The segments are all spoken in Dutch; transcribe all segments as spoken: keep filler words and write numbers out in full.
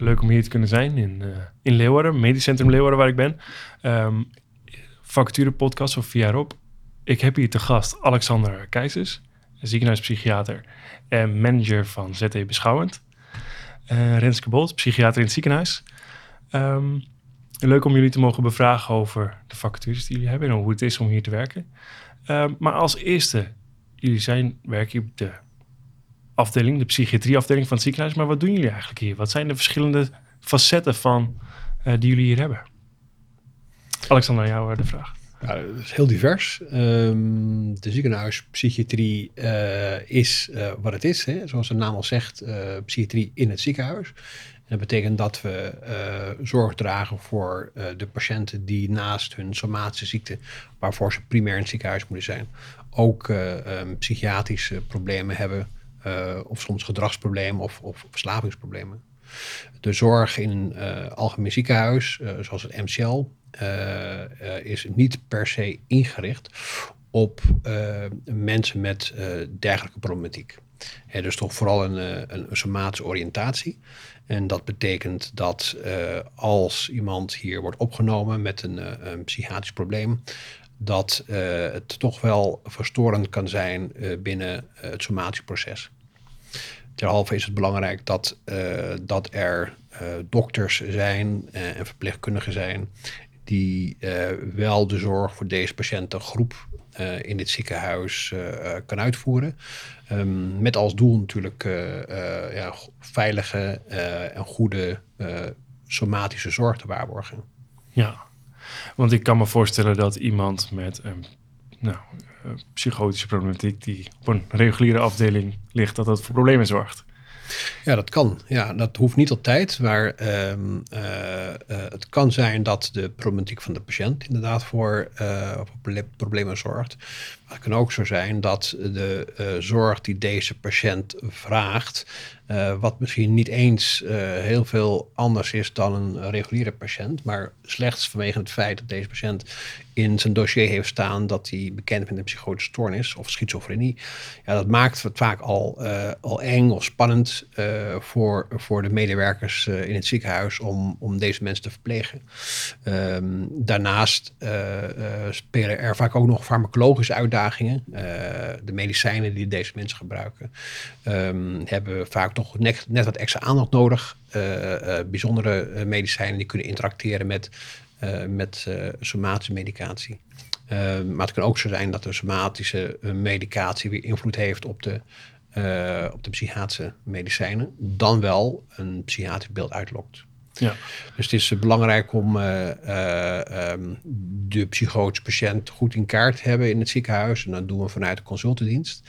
leuk om hier te kunnen zijn in, uh, in Leeuwarden, Medisch Centrum Leeuwarden, waar ik ben. Um, vacature podcast of via Rob. Ik heb hier te gast Alexander Keizers, ziekenhuispsychiater en manager van Z T Beschouwend. Uh, Renske Bolt, psychiater in het ziekenhuis. Um, leuk om jullie te mogen bevragen over de vacatures die jullie hebben en hoe het is om hier te werken. Uh, maar als eerste, jullie zijn, werken op de afdeling, de psychiatrieafdeling van het ziekenhuis. Maar wat doen jullie eigenlijk hier? Wat zijn de verschillende facetten van uh, die jullie hier hebben? Alexander, aan jou de vraag. Ja, het is heel divers. Um, de ziekenhuispsychiatrie uh, is uh, wat het is. Hè? Zoals de naam al zegt, uh, psychiatrie in het ziekenhuis. En dat betekent dat we uh, zorg dragen voor uh, de patiënten die naast hun somatische ziekte, waarvoor ze primair in het ziekenhuis moeten zijn, ook uh, um, psychiatrische problemen hebben. Uh, of soms gedragsproblemen of, of verslavingsproblemen. De zorg in een uh, algemeen ziekenhuis, uh, zoals het M C L, uh, uh, is niet per se ingericht op uh, mensen met uh, dergelijke problematiek. He, dus toch vooral een, een, een somatische oriëntatie. En dat betekent dat uh, als iemand hier wordt opgenomen met een, uh, een psychiatrisch probleem, dat uh, het toch wel verstorend kan zijn uh, binnen uh, het somatische proces. Derhalve is het belangrijk dat, uh, dat er uh, dokters zijn uh, en verpleegkundigen zijn die uh, wel de zorg voor deze patiëntengroep uh, in dit ziekenhuis uh, kan uitvoeren. Um, met als doel natuurlijk uh, uh, ja, veilige uh, en goede uh, somatische zorg te waarborgen. Ja, want ik kan me voorstellen dat iemand met een nou, psychotische problematiek die op een reguliere afdeling ligt, dat dat voor problemen zorgt. Ja, dat kan. Ja, dat hoeft niet altijd, maar um, uh, uh, het kan zijn dat de problematiek van de patiënt inderdaad voor, uh, voor problemen zorgt. Maar het kan ook zo zijn dat de uh, zorg die deze patiënt vraagt, uh, wat misschien niet eens uh, heel veel anders is dan een reguliere patiënt, maar slechts vanwege het feit dat deze patiënt in zijn dossier heeft staan dat hij bekend is met een psychotische stoornis of schizofrenie. Ja, dat maakt het vaak al, uh, al eng of spannend uh, voor, voor de medewerkers uh, in het ziekenhuis om, om deze mensen te verplegen. Um, daarnaast uh, uh, spelen er vaak ook nog farmacologische uitdagingen. Uh, de medicijnen die deze mensen gebruiken um, hebben vaak toch net, net wat extra aandacht nodig. Uh, uh, bijzondere medicijnen die kunnen interacteren met Uh, met uh, somatische medicatie. Uh, maar het kan ook zo zijn dat de somatische uh, medicatie weer invloed heeft op de, uh, op de psychiatrische medicijnen. Dan wel een psychiatrisch beeld uitlokt. Ja. Dus het is uh, belangrijk om uh, uh, um, de psychotische patiënt goed in kaart te hebben in het ziekenhuis. En dat doen we vanuit de consultendienst.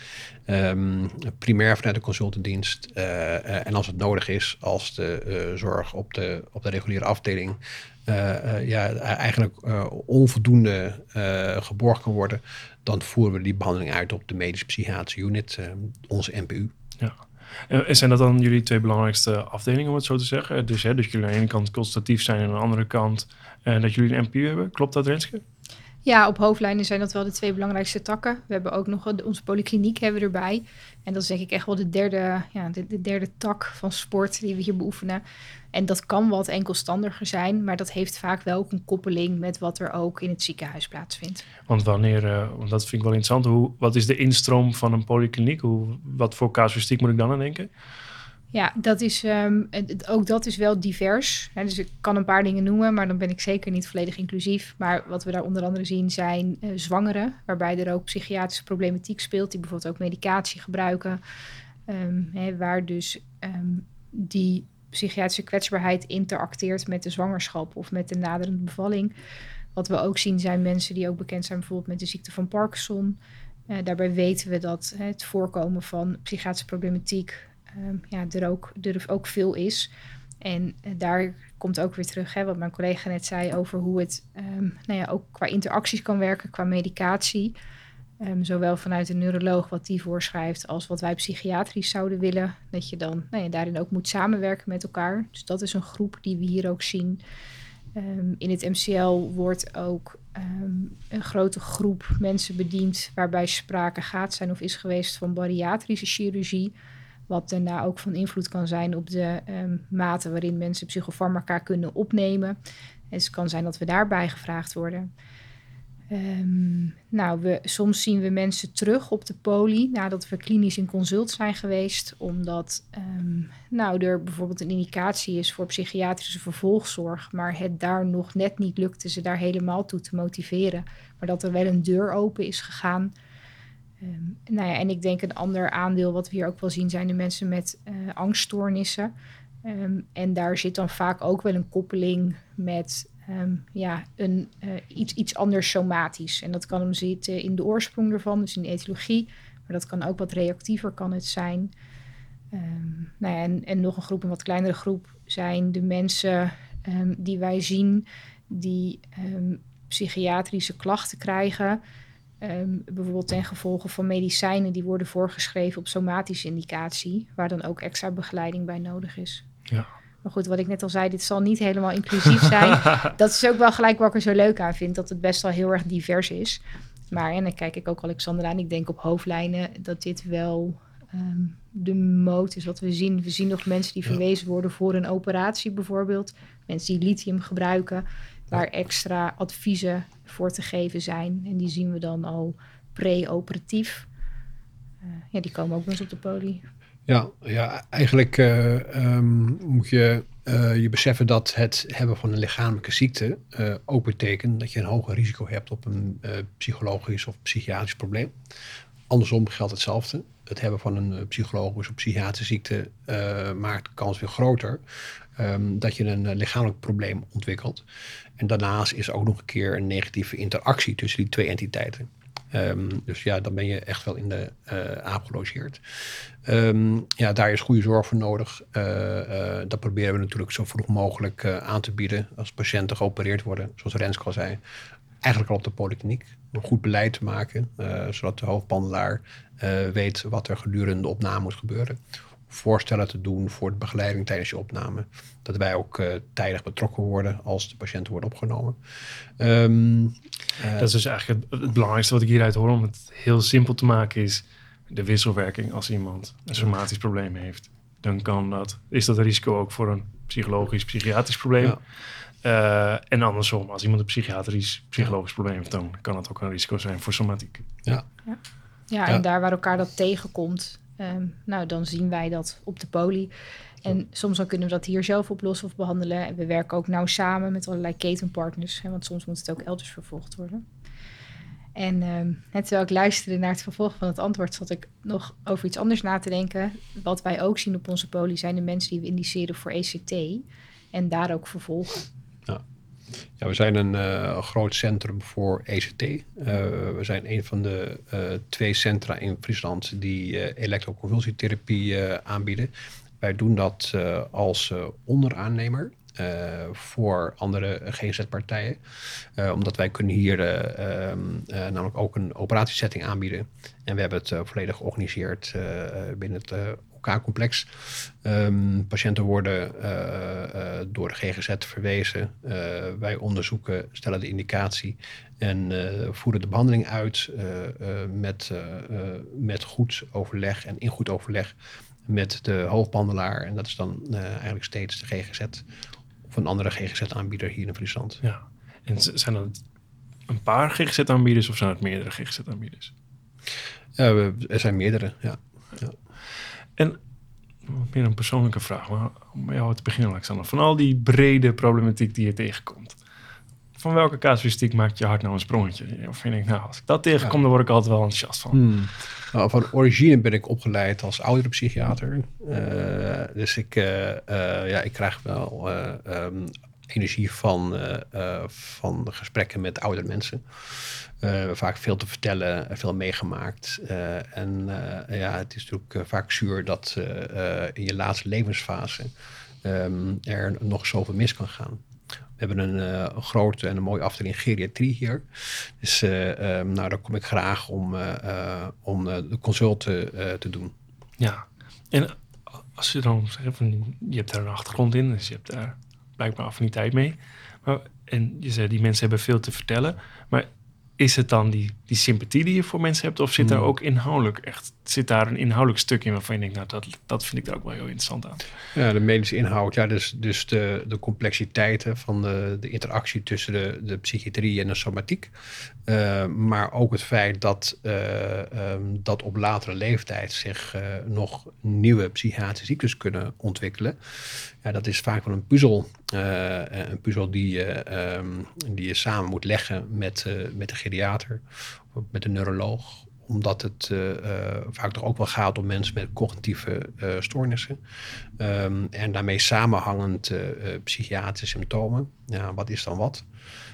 Um, primair vanuit de consultendienst. Uh, uh, en als het nodig is, als de uh, zorg op de, op de reguliere afdeling Uh, uh, ja, eigenlijk uh, onvoldoende uh, geborgd kan worden, dan voeren we die behandeling uit op de medisch-psychiatrische unit, uh, onze M P U. Ja. En zijn dat dan jullie twee belangrijkste afdelingen, om het zo te zeggen? Dus hè, dat jullie aan de ene kant consultatief zijn en aan de andere kant uh, dat jullie een M P U hebben. Klopt dat, Renske? Ja, op hoofdlijnen zijn dat wel de twee belangrijkste takken. We hebben ook nog onze polykliniek hebben we erbij. En dat is denk ik echt wel de derde, ja, de, de derde tak van sport die we hier beoefenen. En dat kan wat enkelstandiger zijn, maar dat heeft vaak wel ook een koppeling met wat er ook in het ziekenhuis plaatsvindt. Want wanneer, uh, want dat vind ik wel interessant, hoe, wat is de instroom van een polykliniek? Hoe, wat voor casuïstiek moet ik dan aan denken? Ja, dat is, um, ook dat is wel divers. Hè, dus ik kan een paar dingen noemen, maar dan ben ik zeker niet volledig inclusief. Maar wat we daar onder andere zien zijn uh, zwangeren, waarbij er ook psychiatrische problematiek speelt, die bijvoorbeeld ook medicatie gebruiken. Um, hè, waar dus um, die psychiatrische kwetsbaarheid interacteert met de zwangerschap of met de naderende bevalling. Wat we ook zien zijn mensen die ook bekend zijn bijvoorbeeld met de ziekte van Parkinson. Uh, daarbij weten we dat hè, het voorkomen van psychiatrische problematiek Um, ja, er, ook, er ook veel is. En uh, daar komt ook weer terug, hè, wat mijn collega net zei over hoe het um, nou ja, ook qua interacties kan werken, qua medicatie. Um, zowel vanuit een neuroloog wat die voorschrijft als wat wij psychiatrisch zouden willen. Dat je dan nou ja, daarin ook moet samenwerken met elkaar. Dus dat is een groep die we hier ook zien. Um, in het M C L wordt ook um, een grote groep mensen bediend waarbij sprake gaat zijn of is geweest van bariatrische chirurgie. Wat daarna ook van invloed kan zijn op de um, mate waarin mensen psychofarmaca kunnen opnemen. En dus het kan zijn dat we daarbij gevraagd worden. Um, nou, we, soms zien we mensen terug op de poli nadat we klinisch in consult zijn geweest. Omdat um, nou, er bijvoorbeeld een indicatie is voor psychiatrische vervolgzorg. Maar het daar nog net niet lukte ze daar helemaal toe te motiveren. Maar dat er wel een deur open is gegaan. Um, nou ja, en ik denk een ander aandeel wat we hier ook wel zien zijn de mensen met uh, angststoornissen. Um, en daar zit dan vaak ook wel een koppeling met um, ja, een, uh, iets, iets anders somatisch. En dat kan hem zitten in de oorsprong ervan, dus in de etiologie. Maar dat kan ook wat reactiever kan het zijn. Um, nou ja, en, en nog een groep, een wat kleinere groep, zijn de mensen um, die wij zien die um, psychiatrische klachten krijgen. Um, bijvoorbeeld ten gevolge van medicijnen die worden voorgeschreven op somatische indicatie, waar dan ook extra begeleiding bij nodig is. Ja. Maar goed, wat ik net al zei, dit zal niet helemaal inclusief zijn. Dat is ook wel gelijk wat ik er zo leuk aan vind, dat het best wel heel erg divers is. Maar, en dan kijk ik ook Alexandra aan, ik denk op hoofdlijnen dat dit wel um, de moot is wat we zien. We zien nog mensen die ja. verwezen worden voor een operatie bijvoorbeeld. Mensen die lithium gebruiken, waar extra adviezen voor te geven zijn. En die zien we dan al pre-operatief. Uh, ja, die komen ook wel eens op de poli. Ja, ja eigenlijk uh, um, moet je uh, je beseffen dat het hebben van een lichamelijke ziekte uh, ook betekent dat je een hoger risico hebt op een uh, psychologisch of psychiatrisch probleem. Andersom geldt hetzelfde. Het hebben van een uh, psychologische of psychiatrische ziekte uh, maakt de kans weer groter um, dat je een uh, lichamelijk probleem ontwikkelt. En daarnaast is er ook nog een keer een negatieve interactie tussen die twee entiteiten. Um, dus ja, dan ben je echt wel in de uh, aangelogeerd. Um, ja, daar is goede zorg voor nodig. Uh, uh, dat proberen we natuurlijk zo vroeg mogelijk uh, aan te bieden als patiënten geopereerd worden, zoals Renske al zei. Eigenlijk al op de polykliniek. Een goed beleid te maken, uh, zodat de hoofdbehandelaar uh, weet wat er gedurende de opname moet gebeuren. Voorstellen te doen voor de begeleiding tijdens je opname. Dat wij ook uh, tijdig betrokken worden als de patiënten worden opgenomen. Um, uh, dat is dus eigenlijk het, het belangrijkste wat ik hieruit hoor, om het heel simpel te maken, is de wisselwerking. Als iemand een somatisch probleem heeft, dan kan dat, is dat een risico ook voor een psychologisch, psychiatrisch probleem. Ja. Uh, en andersom, als iemand een psychiatrisch, psychologisch ja. probleem heeft, dan kan het ook een risico zijn voor somatiek. Ja, ja. ja en ja. daar waar elkaar dat tegenkomt, Um, nou, dan zien wij dat op de poli. En soms dan kunnen we dat hier zelf oplossen of behandelen. En we werken ook nauw samen met allerlei ketenpartners. Hè, want soms moet het ook elders vervolgd worden. En um, net terwijl ik luisterde naar het vervolg van het antwoord, zat ik nog over iets anders na te denken. Wat wij ook zien op onze poli zijn de mensen die we indiceren voor E C T. En daar ook vervolgen. Ja. Ja, we zijn een uh, groot centrum voor E C T. Uh, we zijn een van de uh, twee centra in Friesland die uh, elektroconvulsietherapie uh, aanbieden. Wij doen dat uh, als uh, onderaannemer uh, voor andere G Z-partijen. Uh, omdat wij kunnen hier uh, um, uh, namelijk ook een operatiesetting aanbieden. En we hebben het uh, volledig georganiseerd uh, binnen het uh, K-complex. Um, patiënten worden uh, uh, door de G G Z verwezen. Uh, wij onderzoeken, stellen de indicatie en uh, voeren de behandeling uit uh, uh, met, uh, uh, met goed overleg en in goed overleg met de hoofdbehandelaar. En dat is dan uh, eigenlijk steeds de G G Z of een andere G G Z-aanbieder hier in Friesland. Ja, en zijn dat een paar G G Z-aanbieders of zijn het meerdere G G Z-aanbieders? Uh, er zijn meerdere, ja. ja. En meer een persoonlijke vraag, maar om bij jou te beginnen, Alexander. Van al die brede problematiek die je tegenkomt, van welke casuïstiek maakt je hart nou een sprongetje? Of je denkt, nou, als ik dat tegenkom, ja. dan word ik altijd wel enthousiast van. Hmm. Nou, van origine ben ik opgeleid als ouderenpsychiater. Uh, dus ik, uh, uh, ja, ik krijg wel uh, um, energie van, uh, uh, van gesprekken met oudere mensen. Uh, vaak veel te vertellen, veel meegemaakt. Uh, en uh, ja, het is natuurlijk uh, vaak zuur dat uh, uh, in je laatste levensfase um, er nog zoveel mis kan gaan. We hebben een, uh, een grote en een mooie afdeling geriatrie hier. Dus uh, um, nou, daar kom ik graag om, uh, uh, om uh, de consulten uh, te doen. Ja, en als je dan zegt, van, je hebt daar een achtergrond in, dus je hebt daar blijkbaar affiniteit mee. Maar, en je zei, die mensen hebben veel te vertellen, maar is het dan die, die sympathie die je voor mensen hebt, of zit hmm. daar ook inhoudelijk echt zit daar een inhoudelijk stuk in waarvan je denkt, nou, dat, dat vind ik daar ook wel heel interessant aan. Ja, de medische inhoud, ja, dus, dus de, de complexiteiten van de, de interactie tussen de, de psychiatrie en de somatiek. Uh, maar ook het feit dat, uh, um, dat op latere leeftijd zich uh, nog nieuwe psychiatrische ziektes kunnen ontwikkelen. Ja, dat is vaak wel een puzzel. Uh, een puzzel die je, um, die je samen moet leggen met, uh, met de geriater, of met de neuroloog. Omdat het uh, uh, vaak toch ook wel gaat om mensen met cognitieve uh, stoornissen. Um, en daarmee samenhangend uh, uh, psychiatrische symptomen. Ja, wat is dan wat?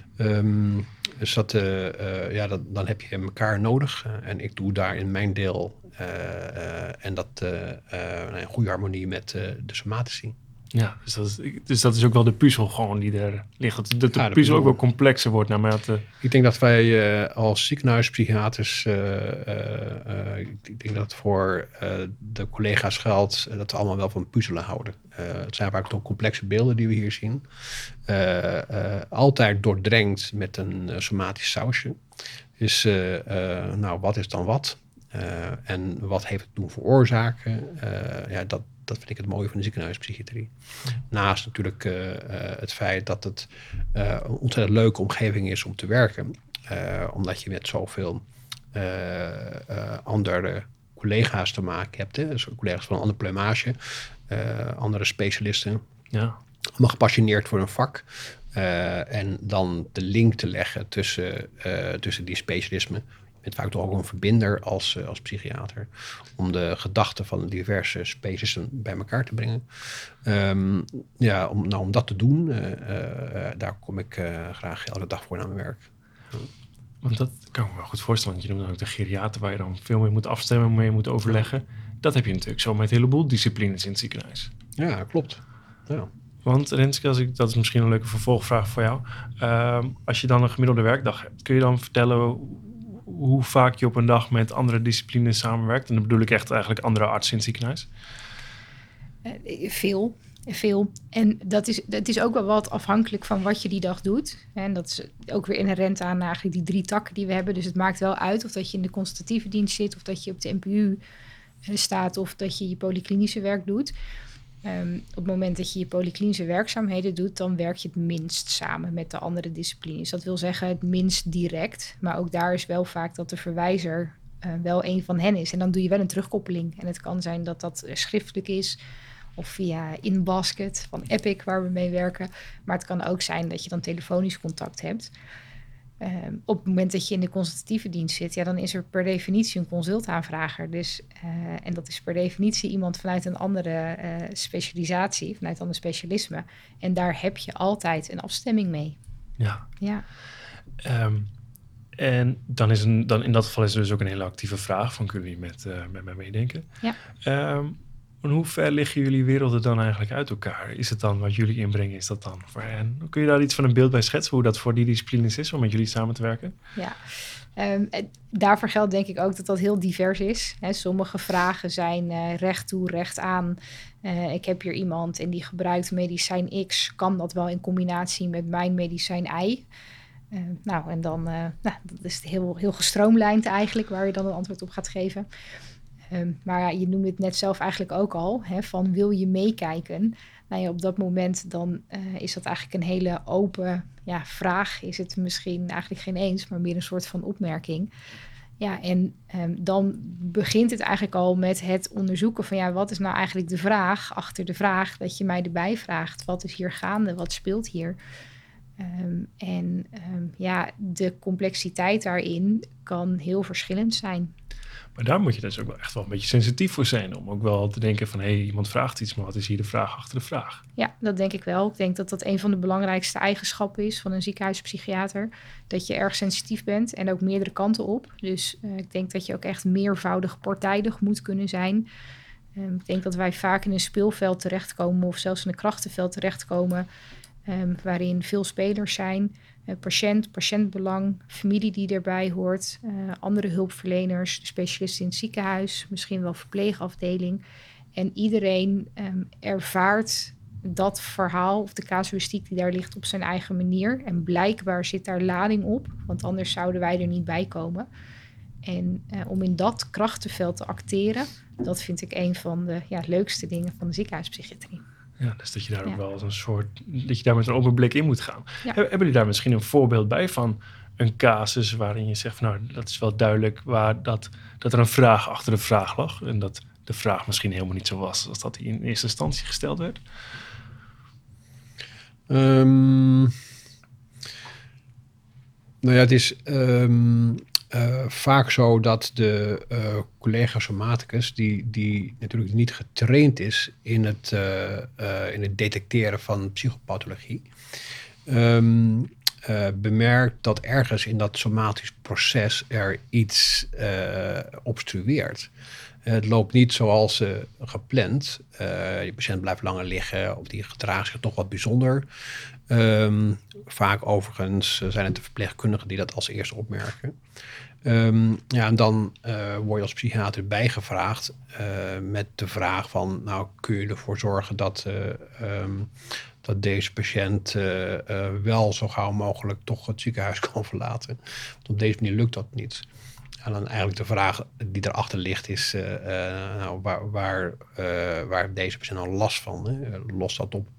Um, dus dat, uh, uh, ja, dat, dan heb je elkaar nodig. Uh, en ik doe daar in mijn deel. Uh, uh, en dat uh, uh, in goede harmonie met uh, de somatici. Ja, dus dat, is, dus dat is ook wel de puzzel gewoon die er ligt. Dat, dat de, ja, puzzel de puzzel ook wel complexer wordt naarmate... Ik denk dat wij uh, als ziekenhuispsychiaters... Uh, uh, uh, ik denk dat het voor uh, de collega's geldt... Uh, dat we allemaal wel van puzzelen houden. Uh, het zijn vaak toch complexe beelden die we hier zien. Uh, uh, altijd doordrenkt met een uh, somatisch sausje. Dus uh, uh, nou, wat is dan wat? Uh, en wat heeft het doen veroorzaken? Uh, ja, dat... Dat vind ik het mooie van de ziekenhuispsychiatrie. Naast natuurlijk uh, uh, het feit dat het uh, een ontzettend leuke omgeving is om te werken. Uh, omdat je met zoveel uh, uh, andere collega's te maken hebt. Hè? Dus collega's van een andere plumage, uh, andere specialisten. Ja. Allemaal gepassioneerd voor een vak. Uh, en dan de link te leggen tussen, uh, tussen die specialismen. Je bent vaak toch ook een verbinder als, uh, als psychiater. Om de gedachten van de diverse specialisten bij elkaar te brengen. Um, ja, om, nou, om dat te doen, uh, uh, daar kom ik uh, graag elke dag voor naar mijn werk. Want dat kan ik me wel goed voorstellen. Want je noemt dan ook de geriater waar je dan veel mee moet afstemmen, mee moet overleggen. Dat heb je natuurlijk zo met een heleboel disciplines in het ziekenhuis. Ja, klopt. Ja. Want Renske, als ik, dat is misschien een leuke vervolgvraag voor jou. Um, als je dan een gemiddelde werkdag hebt, kun je dan vertellen hoe vaak je op een dag met andere disciplines samenwerkt? En dan bedoel ik echt eigenlijk andere artsen in het ziekenhuis. Uh, veel, veel. En dat is, dat is ook wel wat afhankelijk van wat je die dag doet. En dat is ook weer inherent aan eigenlijk die drie takken die we hebben. Dus het maakt wel uit of dat je in de consultatieve dienst zit, of dat je op de N P U staat, of dat je je polyklinische werk doet. Um, op het moment dat je je polyklinische werkzaamheden doet, dan werk je het minst samen met de andere disciplines. Dat wil zeggen het minst direct, maar ook daar is wel vaak dat de verwijzer uh, wel een van hen is. En dan doe je wel een terugkoppeling. En het kan zijn dat dat schriftelijk is of via InBasket van Epic waar we mee werken. Maar het kan ook zijn dat je dan telefonisch contact hebt. Um, op het moment dat je in de consultatieve dienst zit, ja, dan is er per definitie een consultaanvrager. Dus, uh, en dat is per definitie iemand vanuit een andere uh, specialisatie, vanuit een ander specialisme. En daar heb je altijd een afstemming mee. Ja. Ja. Um, en dan is een, dan in dat geval is er dus ook een hele actieve vraag van kunnen jullie met, uh, met mij meedenken? Ja. Um, En hoe ver liggen jullie werelden dan eigenlijk uit elkaar? Is het dan wat jullie inbrengen, is dat dan voor hen? Kun je daar iets van een beeld bij schetsen, hoe dat voor die disciplines is om met jullie samen te werken? Ja, um, daarvoor geldt denk ik ook dat dat heel divers is. He, sommige vragen zijn uh, recht toe, recht aan. Uh, ik heb hier iemand en die gebruikt medicijn X. Kan dat wel in combinatie met mijn medicijn Y? Uh, nou, en dan uh, nou, dat is het heel, heel gestroomlijnd eigenlijk, waar je dan een antwoord op gaat geven. Um, maar ja, je noemde het net zelf eigenlijk ook al, hè, van wil je meekijken? Nou ja, op dat moment dan uh, is dat eigenlijk een hele open ja, vraag. Is het misschien eigenlijk geen eens, maar meer een soort van opmerking. Ja, en um, dan begint het eigenlijk al met het onderzoeken van ja, wat is nou eigenlijk de vraag achter de vraag dat je mij erbij vraagt. Wat is hier gaande? Wat speelt hier? Um, en um, ja, de complexiteit daarin kan heel verschillend zijn. Maar daar moet je dus ook wel echt wel een beetje sensitief voor zijn. Om ook wel te denken van, hé, hey, iemand vraagt iets, maar wat is hier de vraag achter de vraag? Ja, dat denk ik wel. Ik denk dat dat een van de belangrijkste eigenschappen is van een ziekenhuispsychiater. Dat je erg sensitief bent en ook meerdere kanten op. Dus uh, ik denk dat je ook echt meervoudig partijdig moet kunnen zijn. Um, ik denk dat wij vaak in een speelveld terechtkomen of zelfs in een krachtenveld terechtkomen. Um, waarin veel spelers zijn. Uh, patiënt, patiëntbelang, familie die erbij hoort, uh, andere hulpverleners, de specialisten in het ziekenhuis, misschien wel verpleegafdeling. En iedereen um, ervaart dat verhaal of de casuïstiek die daar ligt op zijn eigen manier. En blijkbaar zit daar lading op, want anders zouden wij er niet bij komen. En uh, om in dat krachtenveld te acteren, dat vind ik een van de ja, leukste dingen van de ziekenhuispsychiatrie. Ja, dus dat je daar ook Ja. wel als een soort, dat je daar met een open blik in moet gaan. Ja. Hebben jullie daar misschien een voorbeeld bij van een casus waarin je zegt, van, nou, dat is wel duidelijk waar dat, dat er een vraag achter de vraag lag en dat de vraag misschien helemaal niet zo was als dat die in eerste instantie gesteld werd? Um, nou ja, het is um, uh, vaak zo dat de uh, collega somaticus, die, die natuurlijk niet getraind is in het, uh, uh, in het detecteren van psychopathologie, um, uh, bemerkt dat ergens in dat somatisch proces er iets uh, obstrueert. Het loopt niet zoals uh, gepland. Uh, de patiënt blijft langer liggen of die gedraagt zich toch wat bijzonder. Um, vaak overigens zijn het de verpleegkundigen die dat als eerste opmerken. Um, ja, en dan uh, word je als psychiater bijgevraagd uh, met de vraag van, nou, kun je ervoor zorgen dat, uh, um, dat deze patiënt uh, uh, wel zo gauw mogelijk toch het ziekenhuis kan verlaten. Want op deze manier lukt dat niet. En dan eigenlijk de vraag die erachter ligt is, uh, uh, nou, waar, waar, uh, waar deze patiënt nou last van? Hè? Lost dat op?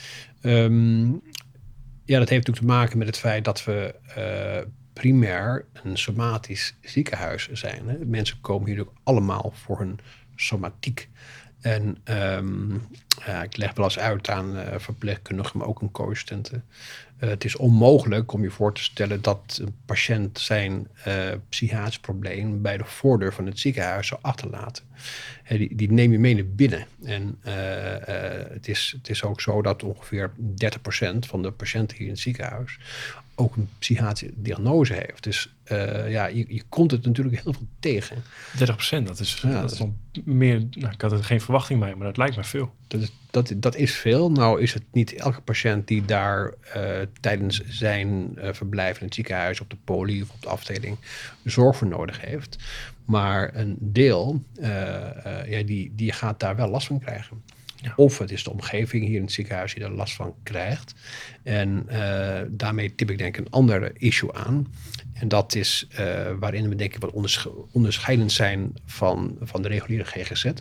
Um, ja, dat heeft natuurlijk te maken met het feit dat we uh, primair een somatisch ziekenhuis zijn. Hè? Mensen komen hier ook allemaal voor hun somatiek. En um, ja, ik leg wel eens uit aan uh, verpleegkundigen, maar ook aan co-assistenten. Uh, het is onmogelijk om je voor te stellen dat een patiënt zijn uh, psychiatrisch probleem bij de voordeur van het ziekenhuis zou achterlaten. Uh, die, die neem je mee naar binnen. En uh, uh, het, is, het is ook zo dat ongeveer dertig procent van de patiënten hier in het ziekenhuis ook een psychiatrische diagnose heeft. Dus uh, ja, je, je komt het natuurlijk heel veel tegen. dertig procent, dat is, ja, dat is nog meer. Nou, ik had er geen verwachting bij, maar dat lijkt me veel. Dat is, dat, dat is veel. Nou is het niet elke patiënt die daar uh, tijdens zijn uh, verblijf in het ziekenhuis, op de poli of op de afdeling zorg voor nodig heeft. Maar een deel, uh, uh, ja, die, die gaat daar wel last van krijgen. Ja. Of het is de omgeving hier in het ziekenhuis die er last van krijgt. En uh, daarmee tip ik denk ik een ander issue aan. En dat is uh, waarin we denk ik wat ondersche- onderscheidend zijn van, van de reguliere G G Z.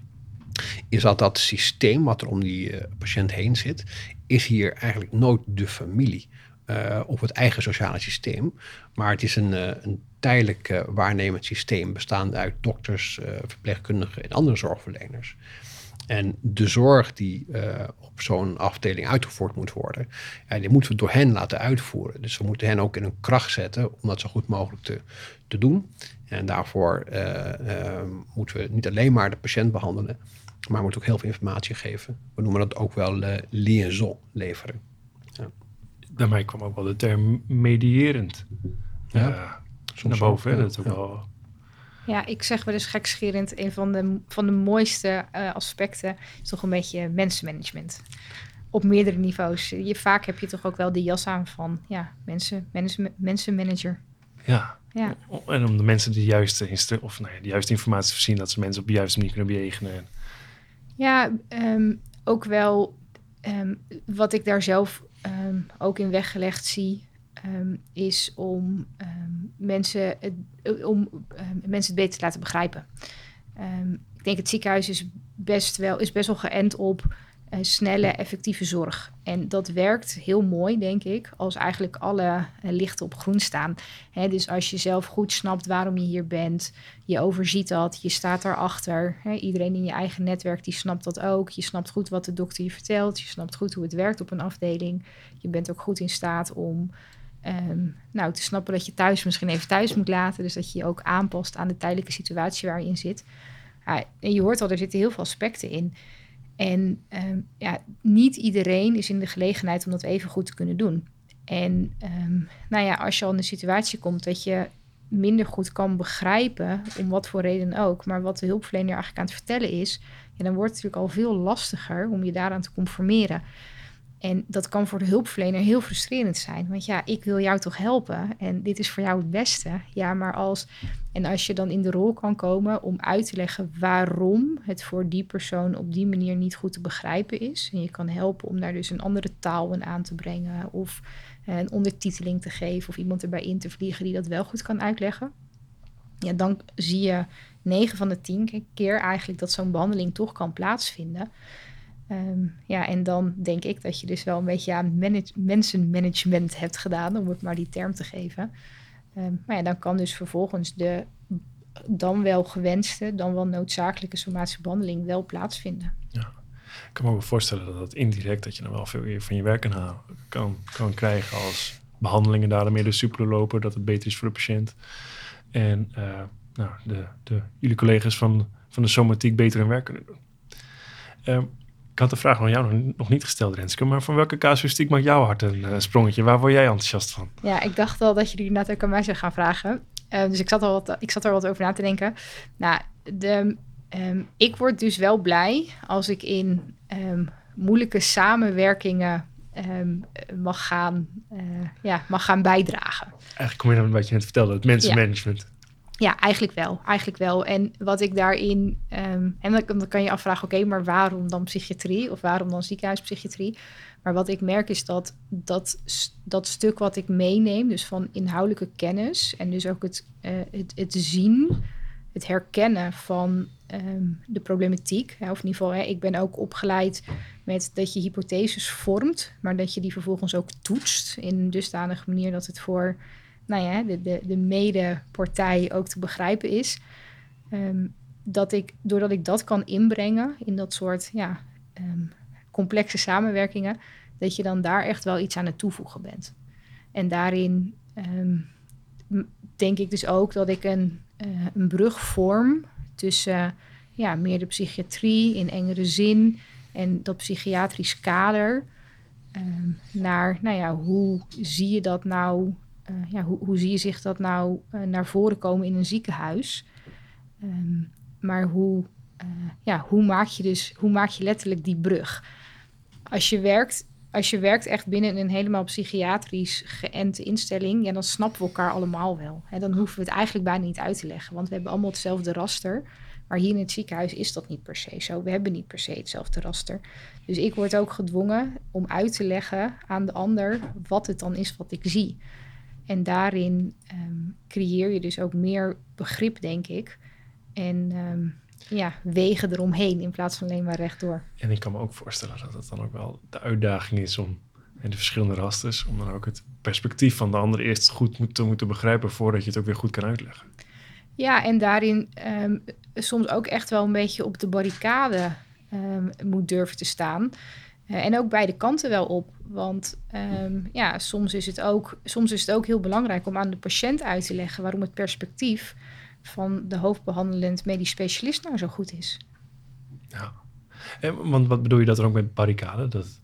Is dat dat systeem wat er om die uh, patiënt heen zit, is hier eigenlijk nooit de familie. Uh, of het eigen sociale systeem. Maar het is een, uh, een tijdelijk uh, waarnemend systeem bestaande uit dokters, uh, verpleegkundigen en andere zorgverleners. En de zorg die uh, op zo'n afdeling uitgevoerd moet worden, ja, die moeten we door hen laten uitvoeren. Dus we moeten hen ook in een kracht zetten om dat zo goed mogelijk te, te doen. En daarvoor uh, uh, moeten we niet alleen maar de patiënt behandelen, maar we moeten ook heel veel informatie geven. We noemen dat ook wel uh, liaison leveren. Ja. Bij mij kwam ook wel de term medierend ja, uh, soms naar boven. Ook, hè, dat ook ja. wel... Ja, ik zeg wel eens gekscherend, een van de, van de mooiste uh, aspecten is toch een beetje mensenmanagement. Op meerdere niveaus. Je, vaak heb je toch ook wel de jas aan van ja, mensen, mensen, mensenmanager. Ja. ja, en om de mensen de juiste, instru- of, nou ja, de juiste informatie te voorzien, dat ze mensen op de juiste manier kunnen bejegenen. Ja, um, ook wel um, wat ik daar zelf um, ook in weggelegd zie, Um, is om, um, mensen het, om um, mensen het beter te laten begrijpen. Um, ik denk het ziekenhuis is best wel, is best wel geënt op uh, snelle, effectieve zorg. En dat werkt heel mooi, denk ik, als eigenlijk alle uh, lichten op groen staan. Hè, dus als je zelf goed snapt waarom je hier bent, je overziet dat, je staat daarachter. Hè, iedereen in je eigen netwerk die snapt dat ook. Je snapt goed wat de dokter je vertelt. Je snapt goed hoe het werkt op een afdeling. Je bent ook goed in staat om Um, nou, te snappen dat je thuis misschien even thuis moet laten. Dus dat je je ook aanpast aan de tijdelijke situatie waar je in zit. Ja, en je hoort al, er zitten heel veel aspecten in. En um, ja, niet iedereen is in de gelegenheid om dat even goed te kunnen doen. En um, nou ja, als je al in de situatie komt dat je minder goed kan begrijpen, om wat voor reden ook, maar wat de hulpverlener eigenlijk aan het vertellen is, ja, dan wordt het natuurlijk al veel lastiger om je daaraan te conformeren. En dat kan voor de hulpverlener heel frustrerend zijn. Want ja, ik wil jou toch helpen en dit is voor jou het beste. Ja, maar als... En als je dan in de rol kan komen om uit te leggen waarom het voor die persoon op die manier niet goed te begrijpen is. En je kan helpen om daar dus een andere taal in aan te brengen. Of een ondertiteling te geven of iemand erbij in te vliegen die dat wel goed kan uitleggen. ja, dan zie je negen van de tien keer eigenlijk dat zo'n behandeling toch kan plaatsvinden. Um, ja, en dan denk ik dat je dus wel een beetje aan manage- mensenmanagement hebt gedaan, om het maar die term te geven. Um, maar ja, dan kan dus vervolgens de dan wel gewenste, dan wel noodzakelijke somatische behandeling wel plaatsvinden. Ja. Ik kan me ook voorstellen dat dat indirect, dat je dan wel veel meer van je werk kan, kan, kan krijgen als behandelingen daarmee de soepeler lopen, dat het beter is voor de patiënt. En uh, nou, de, de, jullie collega's van, van de somatiek beter hun werk kunnen doen. Uh, ik had de vraag aan jou nog, nog niet gesteld, Renske, maar van welke casuïstiek maakt jouw hart een uh, sprongetje? Waar word jij enthousiast van? Ja, ik dacht al dat je die inderdaad ook aan mij zou gaan vragen. Uh, dus ik zat, al wat, ik zat er wat over na te denken. Nou, de, um, ik word dus wel blij als ik in um, moeilijke samenwerkingen um, mag, gaan, uh, ja, mag gaan bijdragen. Eigenlijk kom je dan wat je net vertelde, het mensenmanagement. Ja. Ja, eigenlijk wel. Eigenlijk wel. En wat ik daarin... Um, en dan, dan kan je afvragen, oké, okay, maar waarom dan psychiatrie? Of waarom dan ziekenhuispsychiatrie? Maar wat ik merk is dat, dat dat stuk wat ik meeneem, dus van inhoudelijke kennis en dus ook het, uh, het, het zien, het herkennen van um, de problematiek. Hè, of in ieder geval, hè, ik ben ook opgeleid met dat je hypotheses vormt, maar dat je die vervolgens ook toetst in een dusdanige manier dat het voor... nou ja, de, de, de medepartij ook te begrijpen is. Um, dat ik, doordat ik dat kan inbrengen in dat soort ja, um, complexe samenwerkingen, dat je dan daar echt wel iets aan het toevoegen bent. En daarin um, denk ik dus ook dat ik een, uh, een brug vorm tussen uh, ja, meer de psychiatrie in engere zin en dat psychiatrisch kader um, naar, nou ja, hoe zie je dat nou... Uh, ja, hoe, hoe zie je zich dat nou uh, naar voren komen in een ziekenhuis? Um, maar hoe, uh, ja, hoe, maak je dus, hoe maak je letterlijk die brug? Als je werkt, als je werkt echt binnen een helemaal psychiatrisch geënte instelling, ja, dan snappen we elkaar allemaal wel. Hè? Dan hoeven we het eigenlijk bijna niet uit te leggen, want we hebben allemaal hetzelfde raster. Maar hier in het ziekenhuis is dat niet per se zo. We hebben niet per se hetzelfde raster. Dus ik word ook gedwongen om uit te leggen aan de ander wat het dan is wat ik zie. En daarin um, creëer je dus ook meer begrip, denk ik. En um, ja, wegen eromheen in plaats van alleen maar rechtdoor. En ik kan me ook voorstellen dat het dan ook wel de uitdaging is om en de verschillende rasters, om dan ook het perspectief van de ander eerst goed moet, te moeten begrijpen voordat je het ook weer goed kan uitleggen. Ja, en daarin um, soms ook echt wel een beetje op de barricade um, moet durven te staan. Uh, en ook beide kanten wel op. Want um, ja, soms is, het ook, soms is het ook heel belangrijk om aan de patiënt uit te leggen waarom het perspectief van de hoofdbehandelend medisch specialist nou zo goed is. Ja, en, want wat bedoel je dat er ook met barricade? Dat...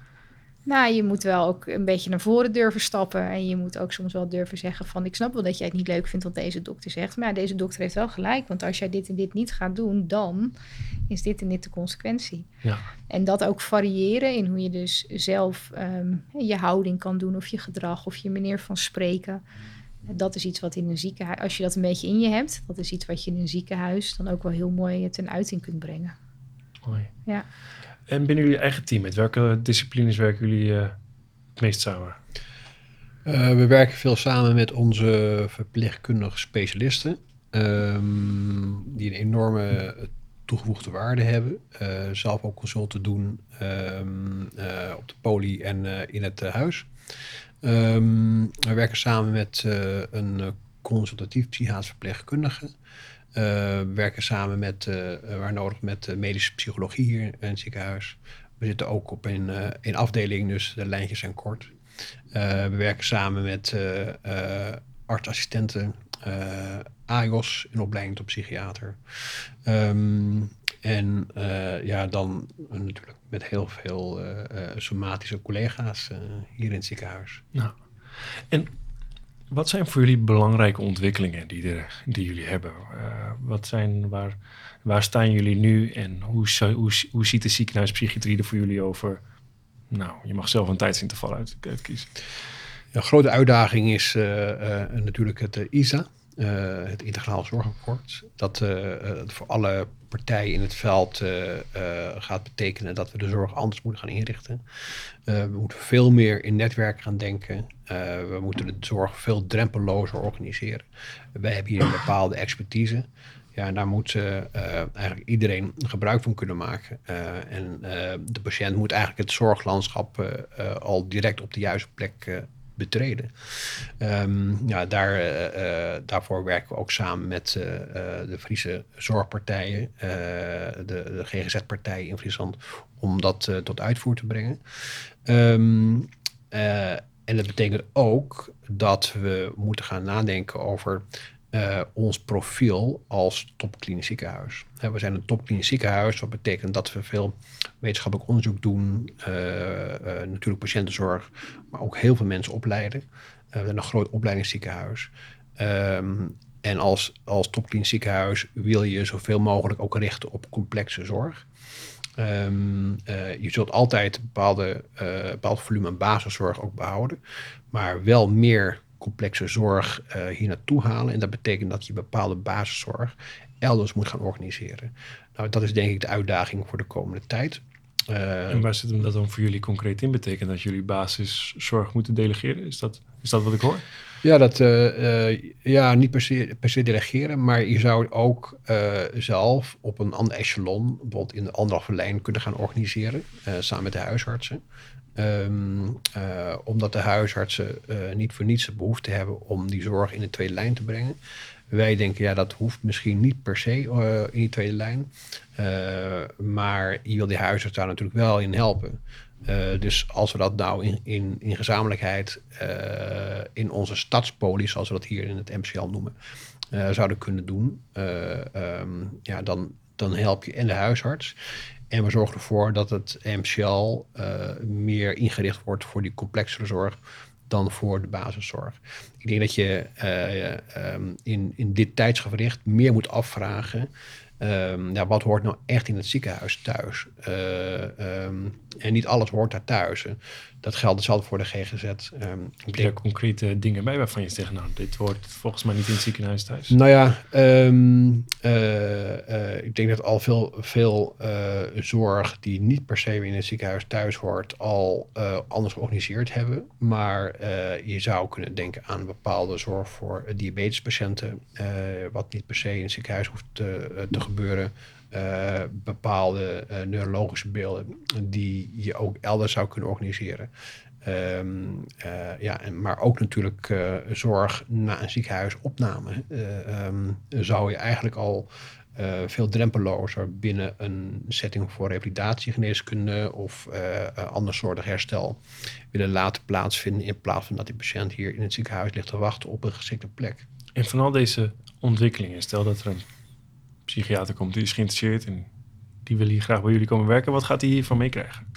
Nou, je moet wel ook een beetje naar voren durven stappen. En je moet ook soms wel durven zeggen van... ik snap wel dat jij het niet leuk vindt wat deze dokter zegt. Maar ja, deze dokter heeft wel gelijk. Want als jij dit en dit niet gaat doen, dan is dit en dit de consequentie. Ja. En dat ook variëren in hoe je dus zelf um, je houding kan doen... of je gedrag of je manier van spreken. Dat is iets wat in een ziekenhuis... als je dat een beetje in je hebt... dat is iets wat je in een ziekenhuis dan ook wel heel mooi ten uiting kunt brengen. Mooi. Ja. En binnen jullie eigen team, met welke disciplines werken jullie uh, het meest samen? Uh, we werken veel samen met onze verpleegkundige specialisten. Um, die een enorme toegevoegde waarde hebben. Uh, zelf ook consulten doen um, uh, op de poli en uh, in het uh, huis. Um, we werken samen met uh, een consultatief psychiatrisch verpleegkundige. Uh, we werken samen met, uh, waar nodig, met uh, medische psychologie hier in het ziekenhuis. We zitten ook op een, uh, een afdeling, dus de lijntjes zijn kort. Uh, we werken samen met uh, uh, artsassistenten, uh, A I O S in opleiding tot psychiater. Um, en uh, ja, dan uh, natuurlijk met heel veel uh, uh, somatische collega's uh, hier in het ziekenhuis. Nou, en wat zijn voor jullie belangrijke ontwikkelingen die, er, die jullie hebben? Uh, wat zijn, waar, waar staan jullie nu en hoe, hoe, hoe ziet de ziekenhuispsychiatrie er voor jullie over? Nou, je mag zelf een tijdsinterval uit, uitkiezen. Een grote uitdaging is uh, uh, natuurlijk het uh, I S A. uh, het integraal zorgakkoord. Dat uh, uh, voor alle partijen in het veld uh, uh, gaat betekenen dat we de zorg anders moeten gaan inrichten. Uh, we moeten veel meer in netwerk gaan denken. Uh, we moeten de zorg veel drempelozer organiseren. Wij hebben hier een bepaalde expertise. Ja, en daar moet uh, eigenlijk iedereen gebruik van kunnen maken. Uh, en uh, de patiënt moet eigenlijk het zorglandschap uh, uh, al direct op de juiste plek uh, betreden. Um, ja, daar, uh, uh, daarvoor werken we ook samen met uh, uh, de Friese zorgpartijen, uh, de, de G G Z-partijen in Friesland, om dat uh, tot uitvoer te brengen. Um, uh, en dat betekent ook dat we moeten gaan nadenken over Uh, ons profiel als topklinisch ziekenhuis. Uh, we zijn een topklinisch ziekenhuis, wat betekent dat we veel wetenschappelijk onderzoek doen, uh, uh, natuurlijk patiëntenzorg, maar ook heel veel mensen opleiden. Uh, we zijn een groot opleidingsziekenhuis. Um, en als, als topklinisch ziekenhuis wil je zoveel mogelijk ook richten op complexe zorg. Um, uh, je zult altijd een bepaalde, uh, bepaald volume aan basiszorg ook behouden, maar wel meer complexe zorg uh, hier naartoe halen. En dat betekent dat je bepaalde basiszorg elders moet gaan organiseren. Nou, dat is denk ik de uitdaging voor de komende tijd. Uh, en waar zit hem dat dan voor jullie concreet in? Betekent dat jullie basiszorg moeten delegeren? Is dat, is dat wat ik hoor? Ja, dat, uh, uh, ja niet per se, per se delegeren, maar je zou ook uh, zelf op een ander echelon, bijvoorbeeld in de anderhalve lijn, kunnen gaan organiseren, uh, samen met de huisartsen. Um, uh, omdat de huisartsen uh, niet voor niets de behoefte hebben om die zorg in de tweede lijn te brengen. Wij denken, ja, dat hoeft misschien niet per se uh, in die tweede lijn. Uh, maar je wil die huisarts daar natuurlijk wel in helpen. Uh, dus als we dat nou in, in, in gezamenlijkheid uh, in onze stadspolis, zoals we dat hier in het M C L noemen, uh, zouden kunnen doen, uh, um, ja, dan, dan help je en de huisarts. En we zorgen ervoor dat het M C L uh, meer ingericht wordt voor die complexere zorg dan voor de basiszorg. Ik denk dat je uh, um, in, in dit tijdsgewricht meer moet afvragen. Um, ja, wat hoort nou echt in het ziekenhuis thuis? Uh, um, en niet alles hoort daar thuis. Dat geldt hetzelfde voor de G G Z. Um, Heb je daar concrete dingen bij waarvan je zegt, nou, dit hoort volgens mij niet in het ziekenhuis thuis? Nou ja, um, uh, uh, ik denk dat al veel, veel uh, zorg die niet per se in het ziekenhuis thuis hoort, al uh, anders georganiseerd hebben. Maar uh, je zou kunnen denken aan bepaalde zorg voor uh, diabetespatiënten, uh, wat niet per se in het ziekenhuis hoeft te, uh, te gebeuren. Uh, bepaalde uh, neurologische beelden die je ook elders zou kunnen organiseren. Um, uh, ja, en, maar ook natuurlijk uh, zorg na een ziekenhuisopname. Uh, um, zou je eigenlijk al uh, veel drempelozer binnen een setting voor revalidatiegeneeskunde of uh, uh, andersoortig herstel willen laten plaatsvinden, in plaats van dat die patiënt hier in het ziekenhuis ligt te wachten op een geschikte plek. En van al deze ontwikkelingen, stel dat er een psychiater komt die is geïnteresseerd en die wil hier graag bij jullie komen werken, wat gaat hij hiervan meekrijgen?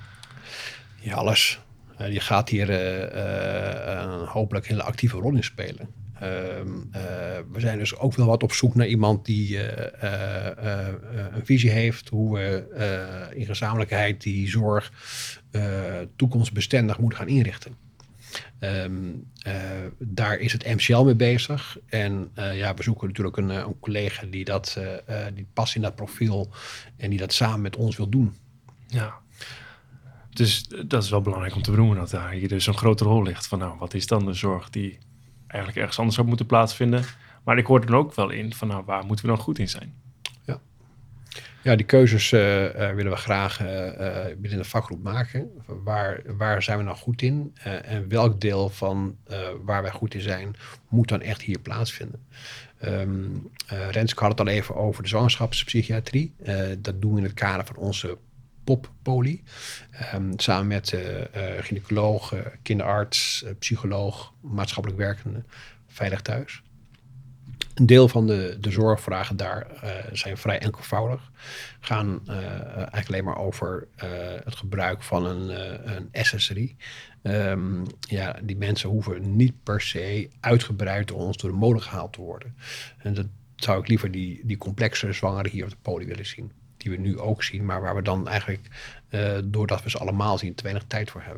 Ja, alles. Uh, je gaat hier uh, uh, hopelijk een hele actieve rol in spelen. Uh, uh, we zijn dus ook wel wat op zoek naar iemand die uh, uh, uh, een visie heeft hoe we uh, in gezamenlijkheid die zorg uh, toekomstbestendig moeten gaan inrichten. Um, uh, daar is het M C L mee bezig. En uh, ja, we zoeken natuurlijk een, een collega die dat uh, uh, die past in dat profiel en die dat samen met ons wil doen. Ja. Dus dat is wel belangrijk om te benoemen dat daar hier dus een grote rol ligt van nou, wat is dan de zorg die eigenlijk ergens anders zou moeten plaatsvinden. Maar ik hoor er dan ook wel in van nou, waar moeten we dan goed in zijn? Ja, ja die keuzes uh, uh, willen we graag uh, uh, binnen de vakgroep maken. Waar, waar zijn we nou goed in? Uh, en welk deel van uh, waar wij goed in zijn, moet dan echt hier plaatsvinden? Um, uh, Renske had het al even over de zwangerschapspsychiatrie. Uh, dat doen we in het kader van onze poppoli. Um, samen met uh, uh, gynaecoloog, uh, kinderarts, uh, psycholoog, maatschappelijk werkende, veilig thuis. Een deel van de, de zorgvragen daar uh, zijn vrij enkelvoudig. Gaan uh, eigenlijk alleen maar over uh, het gebruik van een, uh, een S S R I. Um, ja, die mensen hoeven niet per se uitgebreid door ons door de molen gehaald te worden. En dat zou ik liever die, die complexe zwangeren hier op de poli willen zien. Die we nu ook zien, maar waar we dan eigenlijk, uh, doordat we ze allemaal zien, te weinig tijd voor hebben.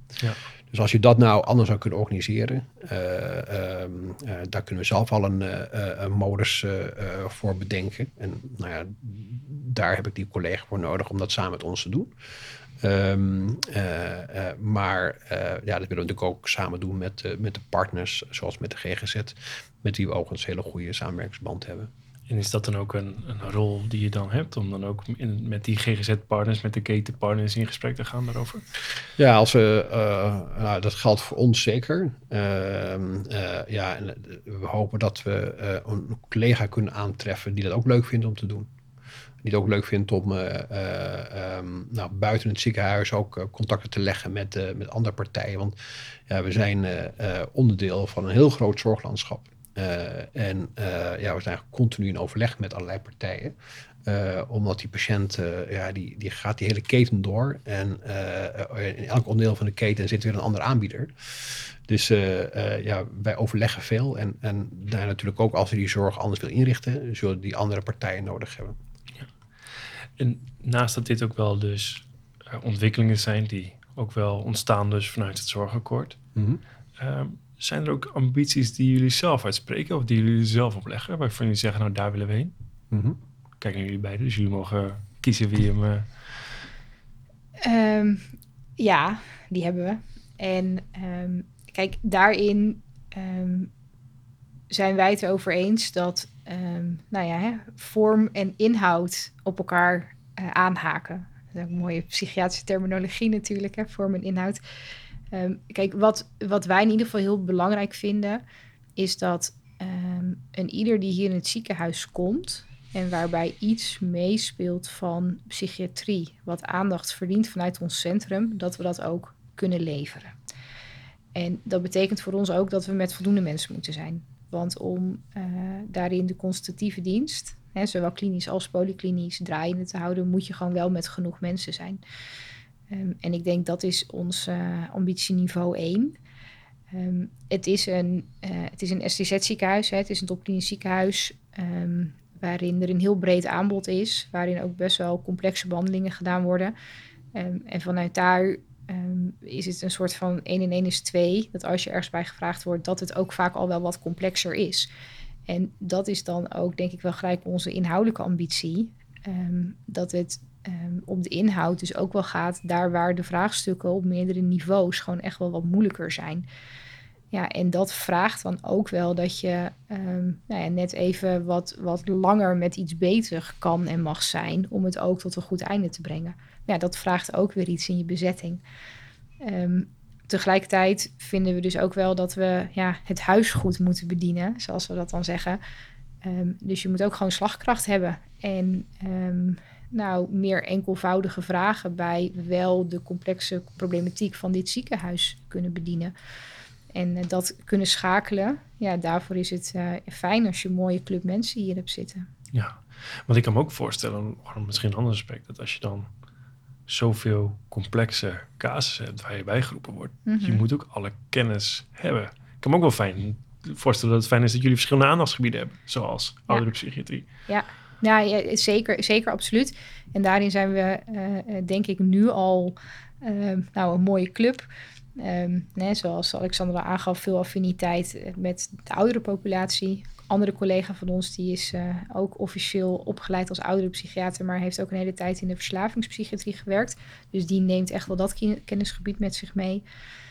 Ja. Dus als je dat nou anders zou kunnen organiseren, uh, um, uh, daar kunnen we zelf al een, uh, een modus uh, uh, voor bedenken. En nou ja, daar heb ik die collega voor nodig om dat samen met ons te doen. Um, uh, uh, maar uh, ja, dat willen we natuurlijk ook samen doen met, uh, met de partners, zoals met de G G Z, met wie we ook een hele goede samenwerkingsband hebben. En is dat dan ook een, een rol die je dan hebt om dan ook in, met die G G Z-partners, met de ketenpartners in gesprek te gaan daarover? Ja, als we, uh, nou, dat geldt voor ons zeker. Uh, uh, ja, en we hopen dat we uh, een collega kunnen aantreffen die dat ook leuk vindt om te doen. Die het ook leuk vindt om uh, uh, um, nou, buiten het ziekenhuis ook uh, contacten te leggen met, uh, met andere partijen. Want ja, we zijn uh, uh, onderdeel van een heel groot zorglandschap. Uh, en uh, ja, we zijn continu in overleg met allerlei partijen. Uh, omdat die patiënt, uh, ja, die, die gaat die hele keten door. En uh, in elk onderdeel van de keten zit weer een andere aanbieder. Dus uh, uh, ja, wij overleggen veel. En, en daar natuurlijk ook als we die zorg anders wil inrichten, zullen die andere partijen nodig hebben. Ja. En naast dat dit ook wel dus uh, ontwikkelingen zijn die ook wel ontstaan dus vanuit het zorgakkoord. Mm-hmm. Um, Zijn er ook ambities die jullie zelf uitspreken of die jullie zelf opleggen, waarvan jullie zeggen, nou daar willen we heen? Mm-hmm. Kijk naar jullie beiden, dus jullie mogen kiezen wie hem... Uh... Um, ja, die hebben we. En um, kijk, daarin um, zijn wij het erover eens dat um, nou ja, hè, vorm en inhoud op elkaar uh, aanhaken. Dat is ook een mooie psychiatrische terminologie natuurlijk, hè, vorm en inhoud. Um, kijk, wat, wat wij in ieder geval heel belangrijk vinden, is dat um, een ieder die hier in het ziekenhuis komt en waarbij iets meespeelt van psychiatrie, wat aandacht verdient vanuit ons centrum, dat we dat ook kunnen leveren. En dat betekent voor ons ook dat we met voldoende mensen moeten zijn. Want om uh, daarin de consultatieve dienst, hè, zowel klinisch als polyklinisch, draaiende te houden, moet je gewoon wel met genoeg mensen zijn. Um, en ik denk dat is ons uh, ambitieniveau één. Um, het is een, uh, het is een S T Z-ziekenhuis, hè, het is een topklinisch ziekenhuis, um, waarin er een heel breed aanbod is, waarin ook best wel complexe behandelingen gedaan worden. Um, en vanuit daar um, is het een soort van één en één is twee, dat als je ergens bij gevraagd wordt, dat het ook vaak al wel wat complexer is. En dat is dan ook, denk ik wel gelijk onze inhoudelijke ambitie, um, dat het Um, op de inhoud dus ook wel gaat, daar waar de vraagstukken op meerdere niveaus gewoon echt wel wat moeilijker zijn. Ja, en dat vraagt dan ook wel dat je um, nou ja, net even wat, wat langer met iets bezig kan en mag zijn om het ook tot een goed einde te brengen. Ja, dat vraagt ook weer iets in je bezetting. Um, tegelijkertijd vinden we dus ook wel dat we ja, het huis goed moeten bedienen, zoals we dat dan zeggen. Um, dus je moet ook gewoon slagkracht hebben. En um, nou, meer enkelvoudige vragen bij wel de complexe problematiek van dit ziekenhuis kunnen bedienen. En uh, dat kunnen schakelen. Ja, daarvoor is het uh, fijn als je een mooie club mensen hier hebt zitten. Ja, want ik kan me ook voorstellen, misschien een ander aspect, dat als je dan zoveel complexe casussen hebt waar je bijgeroepen wordt, mm-hmm. je moet ook alle kennis hebben. Ik kan me ook wel fijn voorstellen dat het fijn is dat jullie verschillende aandachtsgebieden hebben, zoals ja. ouderenpsychiatrie. Ja. Ja, ja, zeker, zeker, absoluut. En daarin zijn we, uh, denk ik, nu al uh, nou, een mooie club. Um, nee, zoals Alexandra aangaf, veel affiniteit met de oudere populatie. Andere collega van ons, die is uh, ook officieel opgeleid als ouderenpsychiater, maar heeft ook een hele tijd in de verslavingspsychiatrie gewerkt. Dus die neemt echt wel dat kennisgebied met zich mee.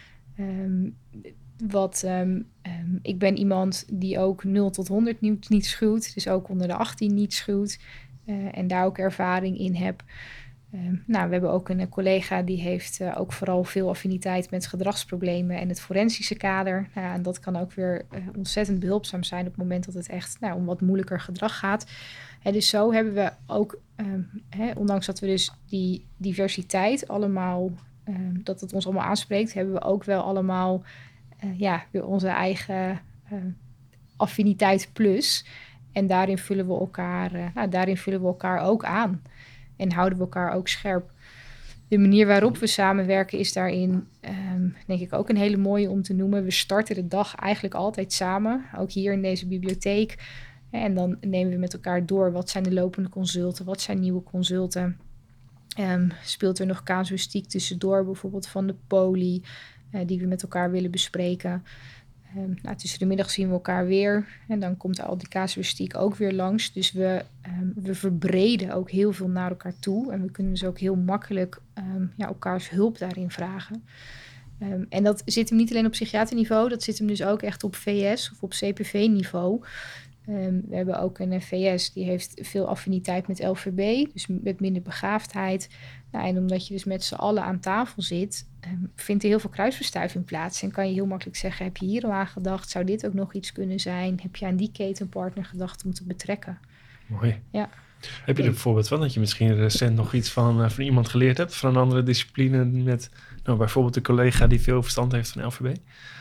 Um, Wat, um, um, ik ben iemand die ook nul tot honderd niet, niet schuwt. Dus ook onder de achttien niet schuwt. Uh, en daar ook ervaring in heb. Um, nou, we hebben ook een collega die heeft uh, ook vooral veel affiniteit met gedragsproblemen en het forensische kader. Nou, en dat kan ook weer uh, ontzettend behulpzaam zijn op het moment dat het echt nou, om wat moeilijker gedrag gaat. Hè, dus zo hebben we ook, um, hè, ondanks dat we dus die diversiteit allemaal, um, dat het ons allemaal aanspreekt, hebben we ook wel allemaal Uh, ja, weer onze eigen uh, affiniteit plus. En daarin vullen we elkaar, uh, nou, daarin vullen we elkaar ook aan. En houden we elkaar ook scherp. De manier waarop we samenwerken is daarin, um, denk ik, ook een hele mooie om te noemen. We starten de dag eigenlijk altijd samen. Ook hier in deze bibliotheek. En dan nemen we met elkaar door. Wat zijn de lopende consulten? Wat zijn nieuwe consulten? Um, speelt er nog casuïstiek tussendoor, bijvoorbeeld van de poli, uh, die we met elkaar willen bespreken. Um, nou, tussen de middag zien we elkaar weer en dan komt al die casuïstiek ook weer langs. Dus we, um, we verbreden ook heel veel naar elkaar toe en we kunnen dus ook heel makkelijk um, ja, elkaars hulp daarin vragen. Um, en dat zit hem niet alleen op psychiaterniveau, dat zit hem dus ook echt op V S of op C P V-niveau. Um, we hebben ook een V S die heeft veel affiniteit met L V B, dus met minder begaafdheid. Nou, en omdat je dus met z'n allen aan tafel zit, um, vindt er heel veel kruisverstuiving plaats. En kan je heel makkelijk zeggen, heb je hier al aan gedacht? Zou dit ook nog iets kunnen zijn? Heb je aan die ketenpartner gedacht om te betrekken? Mooi. Ja. Heb je er een voorbeeld van dat je misschien recent nog iets van, uh, van iemand geleerd hebt? Van een andere discipline met nou, bijvoorbeeld een collega die veel verstand heeft van L V B?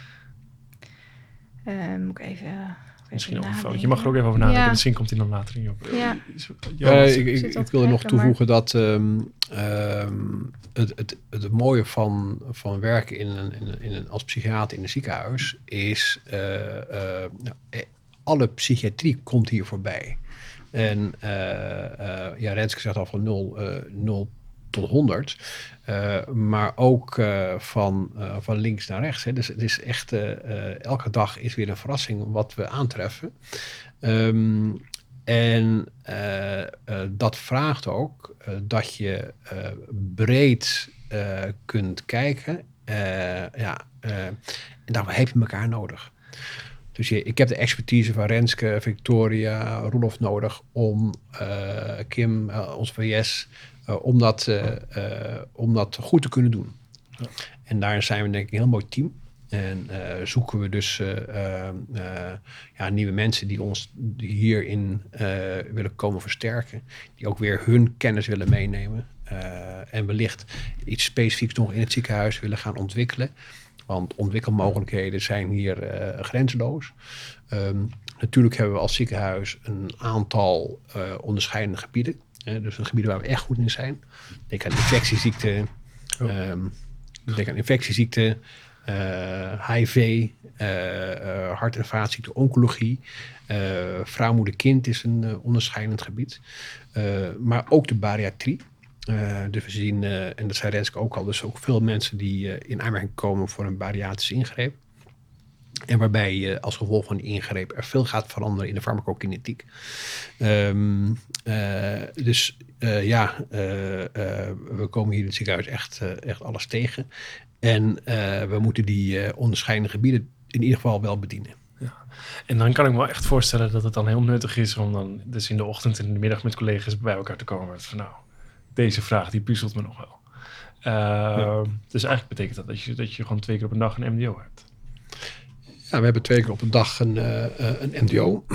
Um, moet ik even... Uh, Misschien ook je mag er ook even over nadenken. Ja. Misschien komt hij dan later in je op. Ja. Ja, ik, ik, ik wilde nog toevoegen maar... dat um, um, het, het, het mooie van, van werken in een, in een, in een, als psychiater in een ziekenhuis is uh, uh, nou, alle psychiatrie komt hier voorbij. En uh, uh, ja, Renske zegt al van nul tot honderd. Uh, maar ook uh, van, uh, van links naar rechts. Hè. Dus het is echt, uh, uh, elke dag is weer een verrassing wat we aantreffen. Um, en uh, uh, dat vraagt ook uh, dat je uh, breed uh, kunt kijken. Uh, ja, uh, en daarvoor heb je elkaar nodig. Dus je, ik heb de expertise van Renske, Victoria, Roelof nodig om uh, Kim, uh, ons V S... Uh, om, dat, uh, uh, om dat goed te kunnen doen. Ja. En daarin zijn we denk ik een heel mooi team. En uh, zoeken we dus uh, uh, uh, ja, nieuwe mensen die ons die hierin uh, willen komen versterken. Die ook weer hun kennis willen meenemen. Uh, en wellicht iets specifieks nog in het ziekenhuis willen gaan ontwikkelen. Want ontwikkelmogelijkheden zijn hier uh, grenzeloos. Um, natuurlijk hebben we als ziekenhuis een aantal uh, onderscheidende gebieden. Uh, dus een gebieden waar we echt goed in zijn. Denk aan infectieziekten, oh. um, denk aan infectieziekten, uh, H I V, uh, uh, hart- en vaatziekten, oncologie. Uh, vrouwmoeder-kind is een uh, onderscheidend gebied. Uh, maar ook de bariatrie. Uh, dus we zien, uh, en dat zei Renske ook al, dus ook veel mensen die uh, in aanmerking komen voor een bariatrische ingreep. En waarbij je uh, als gevolg van die ingreep er veel gaat veranderen in de farmacokinetiek. Um, uh, dus uh, ja, uh, uh, we komen hier in het ziekenhuis echt, uh, echt alles tegen. En uh, we moeten die uh, onderscheidende gebieden in ieder geval wel bedienen. Ja. En dan kan ik me wel echt voorstellen dat het dan heel nuttig is om dan dus in de ochtend en in de middag met collega's bij elkaar te komen. Met van nou, deze vraag die puzzelt me nog wel. Uh, ja. Dus eigenlijk betekent dat dat je, dat je gewoon twee keer op een dag een M D O hebt. Ja, we hebben twee keer op een dag een, uh, een M D O.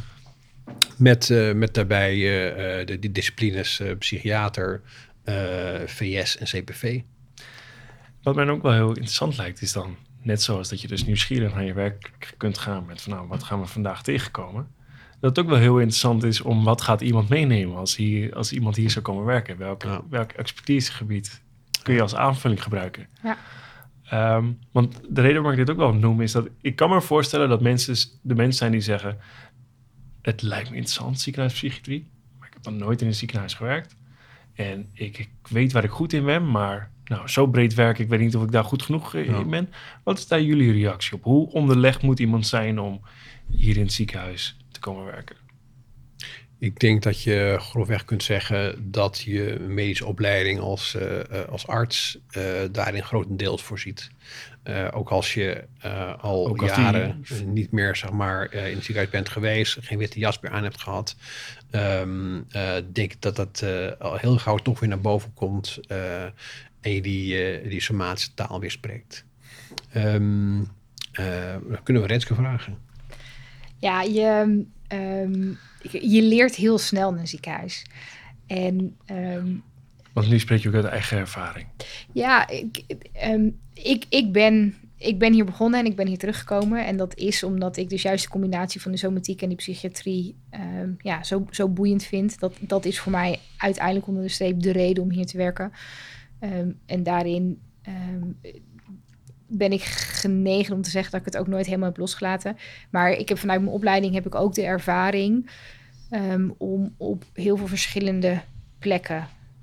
met, uh, met daarbij uh, de, de disciplines uh, psychiater, uh, V S en C P V. Wat mij ook wel heel interessant lijkt is dan, net zoals dat je dus nieuwsgierig naar je werk kunt gaan met van nou, wat gaan we vandaag tegenkomen? Dat het ook wel heel interessant is om wat gaat iemand meenemen als, hier, als iemand hier zou komen werken. Welk, ja. welk expertisegebied kun je als aanvulling gebruiken? Ja. Um, want de reden waarom ik dit ook wel noem is dat ik kan me voorstellen dat mensen de mensen zijn die zeggen, het lijkt me interessant, ziekenhuispsychiatrie, maar ik heb dan nooit in een ziekenhuis gewerkt. En ik, ik weet waar ik goed in ben, maar nou, zo breed werken, ik weet niet of ik daar goed genoeg in ja. ben. Wat is daar jullie reactie op? Hoe onderlegd moet iemand zijn om hier in het ziekenhuis te komen werken? Ik denk dat je grofweg kunt zeggen dat je medische opleiding als, uh, als arts uh, daarin grotendeels voorziet. Uh, ook als je uh, al ook als jaren die... niet meer zeg maar, uh, in het ziekenhuis bent geweest, geen witte jas meer aan hebt gehad. Um, uh, denk dat dat uh, al heel gauw toch weer naar boven komt uh, en je die, uh, die somatische taal weer spreekt. Um, uh, kunnen we Renske vragen? Ja, je... Um... Je leert heel snel in een ziekenhuis. En, um, Want nu spreek je ook uit eigen ervaring. Ja, ik, um, ik, ik, ben, ik ben hier begonnen en ik ben hier teruggekomen. En dat is omdat ik dus juist de combinatie van de somatiek en de psychiatrie um, ja, zo, zo boeiend vind. Dat, dat is voor mij uiteindelijk onder de streep de reden om hier te werken. Um, en daarin... Um, ben ik genegen om te zeggen dat ik het ook nooit helemaal heb losgelaten. Maar ik heb vanuit mijn opleiding heb ik ook de ervaring um, om op heel veel verschillende plekken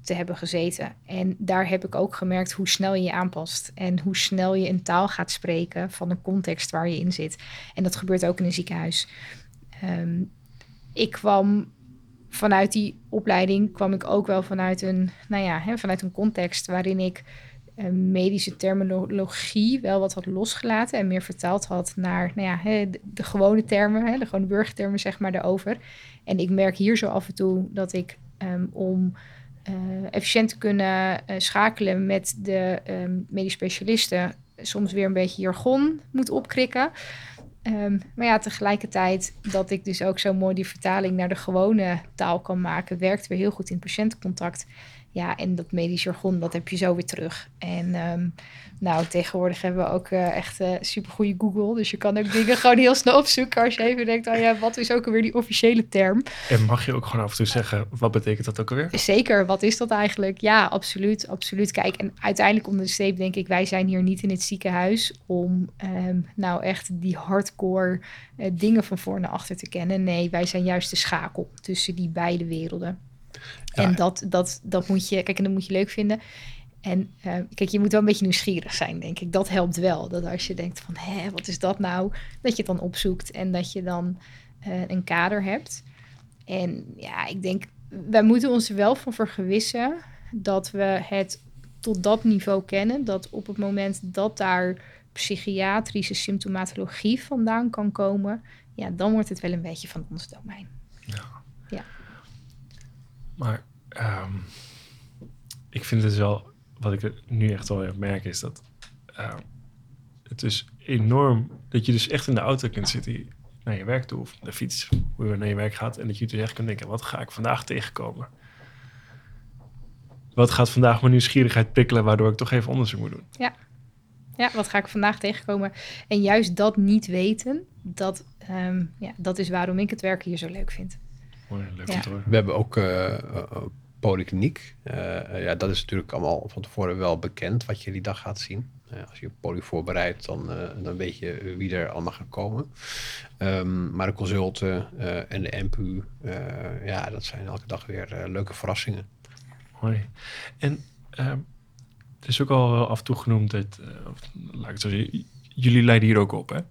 te hebben gezeten. En daar heb ik ook gemerkt hoe snel je je aanpast. En hoe snel je een taal gaat spreken van een context waar je in zit. En dat gebeurt ook in een ziekenhuis. Um, ik kwam vanuit die opleiding, kwam ik ook wel vanuit een, nou ja, hè, vanuit een context waarin ik uh, medische terminologie wel wat had losgelaten en meer vertaald had naar, nou ja, hè, de, de gewone termen, hè, de gewone burgertermen, zeg maar, daarover. En ik merk hier zo af en toe dat ik um, om uh, efficiënt te kunnen uh, schakelen met de um, medisch specialisten soms weer een beetje jargon moet opkrikken. Um, maar ja, tegelijkertijd dat ik dus ook zo mooi die vertaling naar de gewone taal kan maken, werkt weer heel goed in patiëntencontact. Ja, en dat medisch jargon, dat heb je zo weer terug. En um, nou, tegenwoordig hebben we ook uh, echt uh, supergoeie Google. Dus je kan ook dingen gewoon heel snel opzoeken als je even denkt, oh ja, wat is ook alweer die officiële term? En mag je ook gewoon af en toe zeggen, wat betekent dat ook alweer? Zeker, wat is dat eigenlijk? Ja, absoluut, absoluut. Kijk, en uiteindelijk onder de streep denk ik, wij zijn hier niet in het ziekenhuis om um, nou echt die hardcore uh, dingen van voor naar achter te kennen. Nee, wij zijn juist de schakel tussen die beide werelden. Ja. En dat, dat, dat moet je, kijk, en dat moet je leuk vinden. En uh, kijk, je moet wel een beetje nieuwsgierig zijn, denk ik. Dat helpt wel. Dat als je denkt van, hé, wat is dat nou? Dat je het dan opzoekt en dat je dan uh, een kader hebt. En ja, ik denk, wij moeten ons er wel van vergewissen dat we het tot dat niveau kennen. Dat op het moment dat daar psychiatrische symptomatologie vandaan kan komen, ja, dan wordt het wel een beetje van ons domein. Ja. Ja. Maar um, ik vind het wel, wat ik nu echt wel merk, is dat uh, het is enorm, dat je dus echt in de auto kunt zitten naar je werk toe, of de fiets, hoe je naar je werk gaat, en dat je dus echt kunt denken, wat ga ik vandaag tegenkomen? Wat gaat vandaag mijn nieuwsgierigheid prikkelen, waardoor ik toch even onderzoek moet doen? Ja. Ja, wat ga ik vandaag tegenkomen? En juist dat niet weten, dat, um, ja, dat is waarom ik het werken hier zo leuk vind. Mooi, leuk ja. te horen. We hebben ook uh, uh, polykliniek. Uh, uh, ja, dat is natuurlijk allemaal van tevoren wel bekend wat je die dag gaat zien. Uh, als je poly voorbereidt, dan, uh, dan weet je wie er allemaal gaat komen. Um, maar de consulten uh, en de M P U, uh, ja, dat zijn elke dag weer uh, leuke verrassingen. Mooi. En uh, het is ook al wel af en toe genoemd dat, uh, of, laat ik het zo zeggen, jullie leiden hier ook op, hè?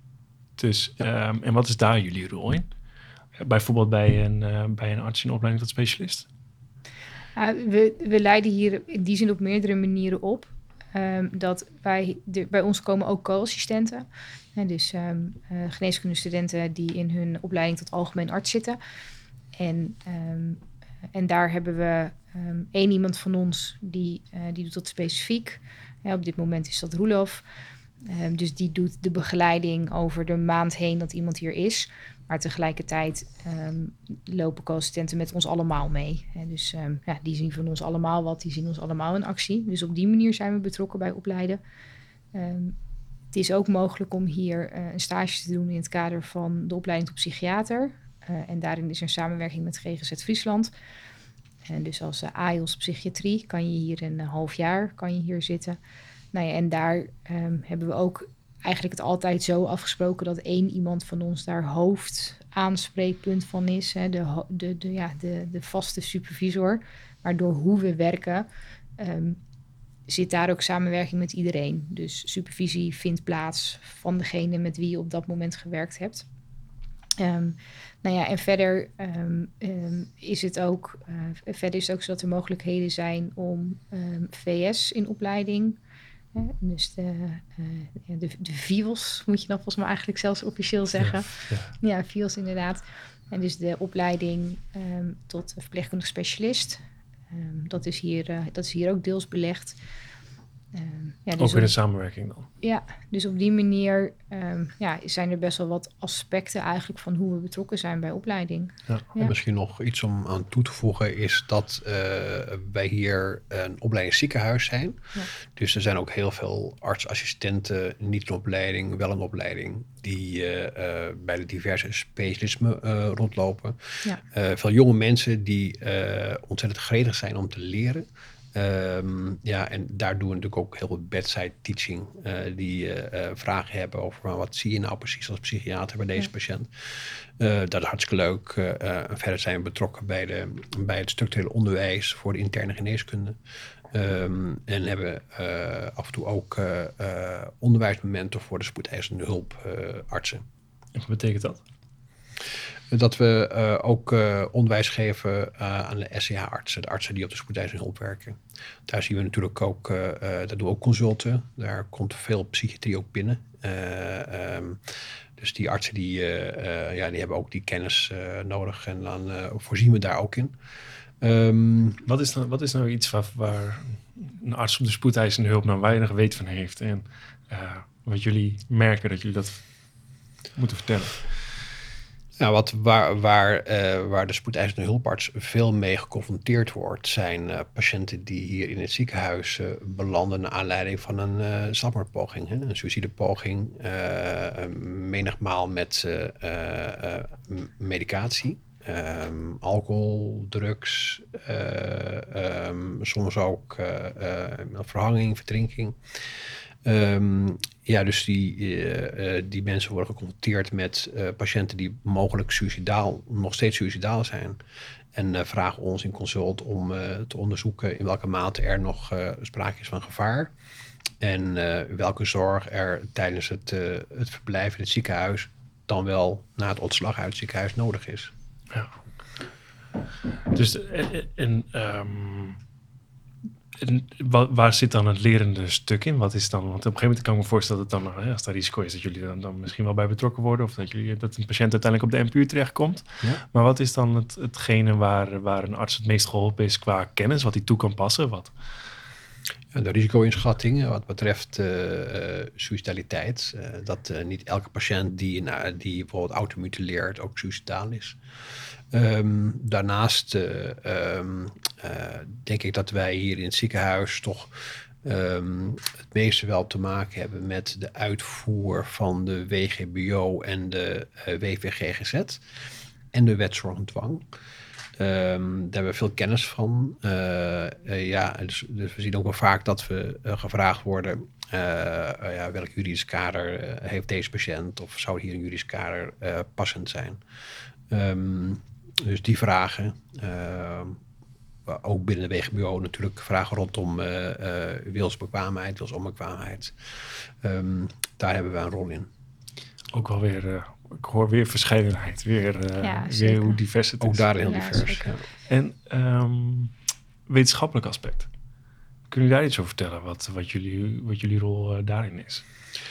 Dus, ja. um, en wat is daar jullie rol in? Bijvoorbeeld bij een, uh, bij een arts in opleiding tot specialist? Uh, we, we leiden hier in die zin op meerdere manieren op. Um, dat wij, de, bij ons komen ook co-assistenten. En dus um, uh, geneeskundestudenten die in hun opleiding tot algemeen arts zitten. En, um, en daar hebben we um, één iemand van ons die, uh, die doet dat specifiek. Ja, op dit moment is dat Roelof. Um, dus die doet de begeleiding over de maand heen dat iemand hier is. Maar tegelijkertijd um, lopen co-assistenten met ons allemaal mee. En dus um, ja, die zien van ons allemaal wat, die zien ons allemaal in actie. Dus op die manier zijn we betrokken bij opleiden. Um, het is ook mogelijk om hier uh, een stage te doen in het kader van de opleiding tot psychiater. Uh, en daarin is er een samenwerking met G G Z Friesland. En dus als uh, A I O S psychiatrie kan je hier een uh, half jaar kan je hier zitten. Nou ja, en daar um, hebben we ook eigenlijk het altijd zo afgesproken dat één iemand van ons daar hoofdaanspreekpunt van is. Hè, de, de, de, ja, de, de vaste supervisor. Maar door hoe we werken um, zit daar ook samenwerking met iedereen. Dus supervisie vindt plaats van degene met wie je op dat moment gewerkt hebt. Um, nou ja, en verder um, um, is het ook, uh, verder is het ook zo dat er mogelijkheden zijn om um, V S in opleiding. Ja, dus de, uh, de, de V I O S moet je dan volgens mij eigenlijk zelfs officieel zeggen. Ja, ja. ja V I O S inderdaad. En dus de opleiding um, tot verpleegkundig specialist. Um, dat, is hier, uh, dat is hier ook deels belegd. Um, ja, dus ook in de samenwerking dan? Ja, dus op die manier um, ja, zijn er best wel wat aspecten eigenlijk van hoe we betrokken zijn bij opleiding. Ja. Ja. Misschien nog iets om aan toe te voegen is dat uh, wij hier een opleidingsziekenhuis zijn. Ja. Dus er zijn ook heel veel artsassistenten, niet een opleiding, wel een opleiding, die uh, uh, bij de diverse specialismen uh, rondlopen. Ja. Uh, veel jonge mensen die uh, ontzettend gretig zijn om te leren. Um, ja, en daar doen we natuurlijk ook heel veel bedside teaching. Uh, die uh, uh, vragen hebben over uh, wat zie je nou precies als psychiater bij deze ja. patiënt. Uh, dat is hartstikke leuk. Uh, uh, verder zijn we betrokken bij, de, bij het structureel onderwijs voor de interne geneeskunde. Um, en hebben uh, af en toe ook uh, uh, onderwijsmomenten voor de spoedeisende hulpartsen. Uh, en wat betekent dat? Dat we uh, ook uh, onderwijs geven uh, aan de S C H-artsen, de artsen die op de spoedeisende hulp werken. Daar zien we natuurlijk ook, uh, uh, daar doen we ook consulten. Daar komt veel psychiatrie ook binnen. Uh, um, dus die artsen die, uh, uh, ja, die hebben ook die kennis uh, nodig en dan uh, voorzien we daar ook in. Um, wat, is nou, wat is nou iets waar, waar een arts op de spoedeisende hulp nou weinig weet van heeft en uh, wat jullie merken dat jullie dat moeten vertellen? Nou, wat, waar, waar, uh, waar de spoedeisende hulparts veel mee geconfronteerd wordt, zijn uh, patiënten die hier in het ziekenhuis uh, belanden naar aanleiding van een uh, zelfmoordpoging, hè? Een suïcidepoging, uh, menigmaal met uh, uh, medicatie, um, alcohol, drugs, uh, um, soms ook uh, uh, verhanging, verdrinking. Um, ja, dus die, uh, uh, die mensen worden geconfronteerd met uh, patiënten die mogelijk suïcidaal, nog steeds suïcidaal zijn. En uh, vragen ons in consult om uh, te onderzoeken in welke mate er nog uh, sprake is van gevaar. En uh, welke zorg er tijdens het, uh, het verblijf in het ziekenhuis dan wel na het ontslag uit het ziekenhuis nodig is. Ja. Dus en... en um... En waar zit dan het lerende stuk in? Wat is dan? Want op een gegeven moment kan ik me voorstellen dat het dan, als er risico is, dat jullie dan, dan misschien wel bij betrokken worden, of dat, jullie, dat een patiënt uiteindelijk op de N P U terechtkomt. Ja. Maar wat is dan het, hetgene waar, waar een arts het meest geholpen is qua kennis, wat hij toe kan passen? Wat? Ja, de risico-inschatting wat betreft uh, uh, suicidaliteit. Uh, dat uh, niet elke patiënt die, nou, die bijvoorbeeld automutileert ook suicidaal is. Um, daarnaast uh, um, uh, denk ik dat wij hier in het ziekenhuis toch um, het meeste wel te maken hebben met de uitvoer van de W G B O en de uh, W V G G Z en de wet zorg en dwang. Um, daar hebben we veel kennis van. Uh, uh, ja, dus, dus we zien ook wel vaak dat we uh, gevraagd worden, uh, uh, ja, welk juridisch kader uh, heeft deze patiënt of zou hier een juridisch kader uh, passend zijn. Um, Dus die vragen, uh, ook binnen de W G B O natuurlijk vragen rondom uh, uh, wilsbekwaamheid, wilsonbekwaamheid. Um, daar hebben we een rol in. Ook wel weer, uh, ik hoor weer verscheidenheid, weer, uh, ja, weer hoe divers het ook is. Ook daarin ja, divers. Ja. En um, wetenschappelijk aspect. Kunnen jullie daar iets over vertellen, wat, wat, jullie, wat jullie rol uh, daarin is?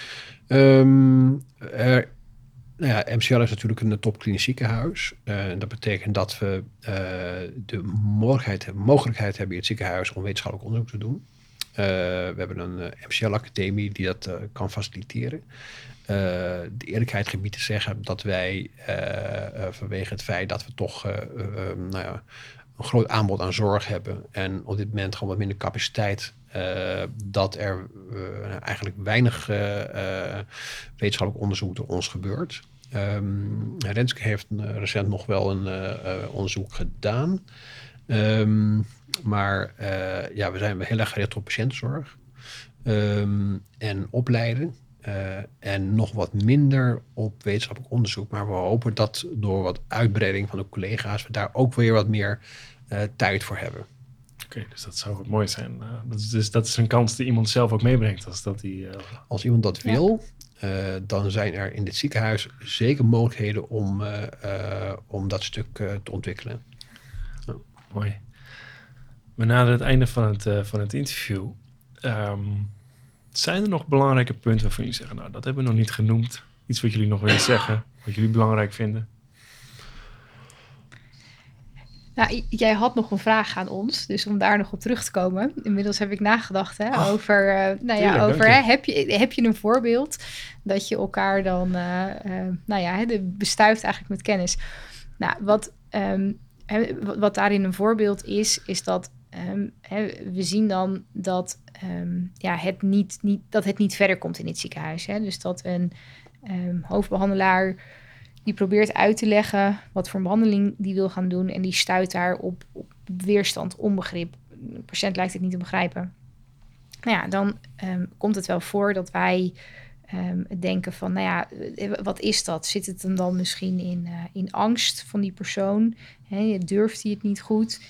Um, er, Nou ja, M C L is natuurlijk een topklinisch ziekenhuis. Uh, dat betekent dat we uh, de mogelijkheid, mogelijkheid hebben in het ziekenhuis om wetenschappelijk onderzoek te doen. Uh, we hebben een uh, M C L-academie die dat uh, kan faciliteren. Uh, de eerlijkheid gebied te zeggen dat wij uh, uh, vanwege het feit dat we toch uh, uh, nou ja, een groot aanbod aan zorg hebben en op dit moment gewoon wat minder capaciteit, Uh, dat er uh, eigenlijk weinig uh, uh, wetenschappelijk onderzoek door ons gebeurt. Um, Renske heeft uh, recent nog wel een uh, uh, onderzoek gedaan. Um, maar uh, ja, we zijn heel erg gericht op patiëntenzorg um, en opleiden. Uh, en nog wat minder op wetenschappelijk onderzoek. Maar we hopen dat door wat uitbreiding van de collega's we daar ook weer wat meer uh, tijd voor hebben. Oké, okay, dus dat zou mooi zijn. Uh, dat is, dus dat is een kans die iemand zelf ook meebrengt. Als, dat die, uh... als iemand dat wil, ja. uh, dan zijn er in dit ziekenhuis zeker mogelijkheden om, uh, uh, om dat stuk uh, te ontwikkelen. Ja. Mooi. We naderen het einde van het, uh, van het interview. Um, zijn er nog belangrijke punten waarvan jullie zeggen, nou, dat hebben we nog niet genoemd. Iets wat jullie nog willen zeggen, wat jullie belangrijk vinden? Nou, jij had nog een vraag aan ons, dus om daar nog op terug te komen. Inmiddels heb ik nagedacht hè, oh, over, uh, nou ja, tuurlijk, over hè, heb, je, heb je een voorbeeld dat je elkaar dan, uh, uh, nou ja, de bestuift eigenlijk met kennis. Nou, wat, um, wat daarin een voorbeeld is, is dat um, hè, we zien dan dat, um, ja, het niet, niet, dat het niet verder komt in het ziekenhuis. Hè? Dus dat een um, hoofdbehandelaar die probeert uit te leggen wat voor een behandeling die wil gaan doen en die stuit daar op, op weerstand, onbegrip. de patiënt lijkt het niet te begrijpen. Nou ja, dan um, komt het wel voor dat wij um, denken van, nou ja, wat is dat? Zit het hem dan misschien in, uh, in angst van die persoon? He, durft hij het niet goed?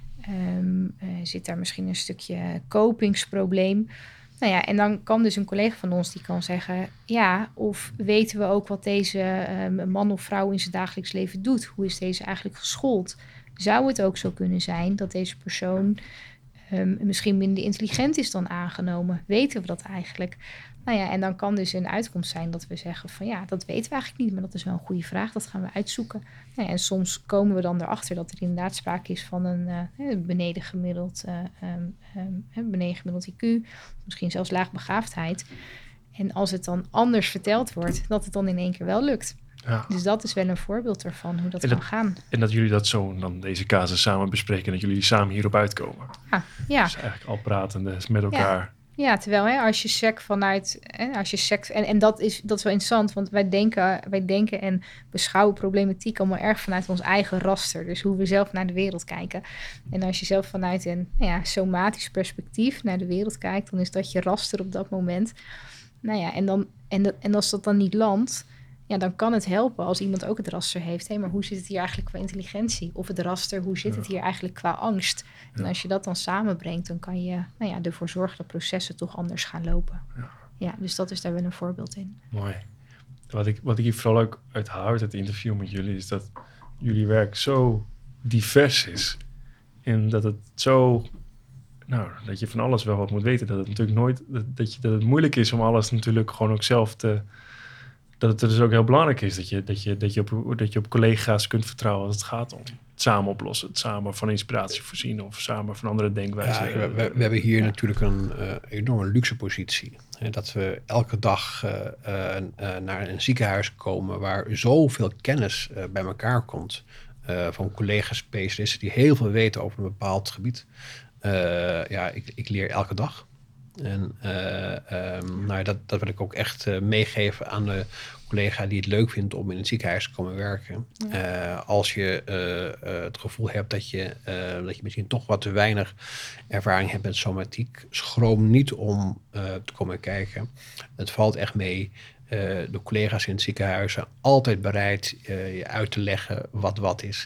Um, uh, zit daar misschien een stukje kopingsprobleem? Nou ja, en dan kan dus een collega van ons die kan zeggen, ja, of weten we ook wat deze um, man of vrouw in zijn dagelijks leven doet? Hoe is deze eigenlijk geschoold? Zou het ook zo kunnen zijn dat deze persoon um, misschien minder intelligent is dan aangenomen? Weten we dat eigenlijk? Nou ja, en dan kan dus een uitkomst zijn dat we zeggen van ja, dat weten we eigenlijk niet, maar dat is wel een goede vraag, dat gaan we uitzoeken. Nou ja, en soms komen we dan erachter dat er inderdaad sprake is van een uh, beneden gemiddeld, uh, um, um, beneden gemiddeld I Q, misschien zelfs laagbegaafdheid. En als het dan anders verteld wordt, dat het dan in één keer wel lukt. Ja. Dus dat is wel een voorbeeld ervan, hoe dat, dat kan gaan. En dat jullie dat zo dan deze casus samen bespreken en dat jullie samen hierop uitkomen. Ah, ja. Dus eigenlijk al pratende met elkaar. Ja. Ja, terwijl hè, als je sec vanuit, hè, als je sec, en, en dat is dat is wel interessant, want wij denken, wij denken en beschouwen problematiek allemaal erg vanuit ons eigen raster, dus hoe we zelf naar de wereld kijken. En als je zelf vanuit een nou ja, somatisch perspectief naar de wereld kijkt, dan is dat je raster op dat moment. Nou ja, en dan en, dat, en als dat dan niet landt, ja, dan kan het helpen als iemand ook het raster heeft. Hé, maar hoe zit het hier eigenlijk qua intelligentie? Of het raster, hoe zit het hier eigenlijk qua angst? En als je dat dan samenbrengt, dan kan je nou ja, ervoor zorgen dat processen toch anders gaan lopen. Ja, ja dus dat is daar wel een voorbeeld in. Mooi. Wat ik, wat ik hier vooral ook uit haal uit het interview met jullie, is dat jullie werk zo divers is. En dat het zo... Nou, dat je van alles wel wat moet weten. Dat het natuurlijk nooit... Dat, dat, je, dat het moeilijk is om alles natuurlijk gewoon ook zelf te... Dat het dus ook heel belangrijk is dat je, dat, je, dat, je op, dat je op collega's kunt vertrouwen als het gaat om het samen oplossen. Het samen van inspiratie voorzien of samen van andere denkwijzen. Ja, we, we, we hebben hier ja. natuurlijk een uh, enorme luxe positie. Hè, dat we elke dag uh, uh, uh, naar een ziekenhuis komen waar zoveel kennis uh, bij elkaar komt. Uh, van collega's, specialisten die heel veel weten over een bepaald gebied. Uh, ja, ik, ik leer elke dag. En uh, um, nou ja, dat, dat wil ik ook echt uh, meegeven aan de collega die het leuk vindt om in het ziekenhuis te komen werken. Ja. Uh, als je uh, uh, het gevoel hebt dat je, uh, dat je misschien toch wat te weinig ervaring hebt met somatiek, schroom niet om uh, te komen kijken. Het valt echt mee. Uh, de collega's in het ziekenhuis zijn altijd bereid uh, je uit te leggen wat wat is.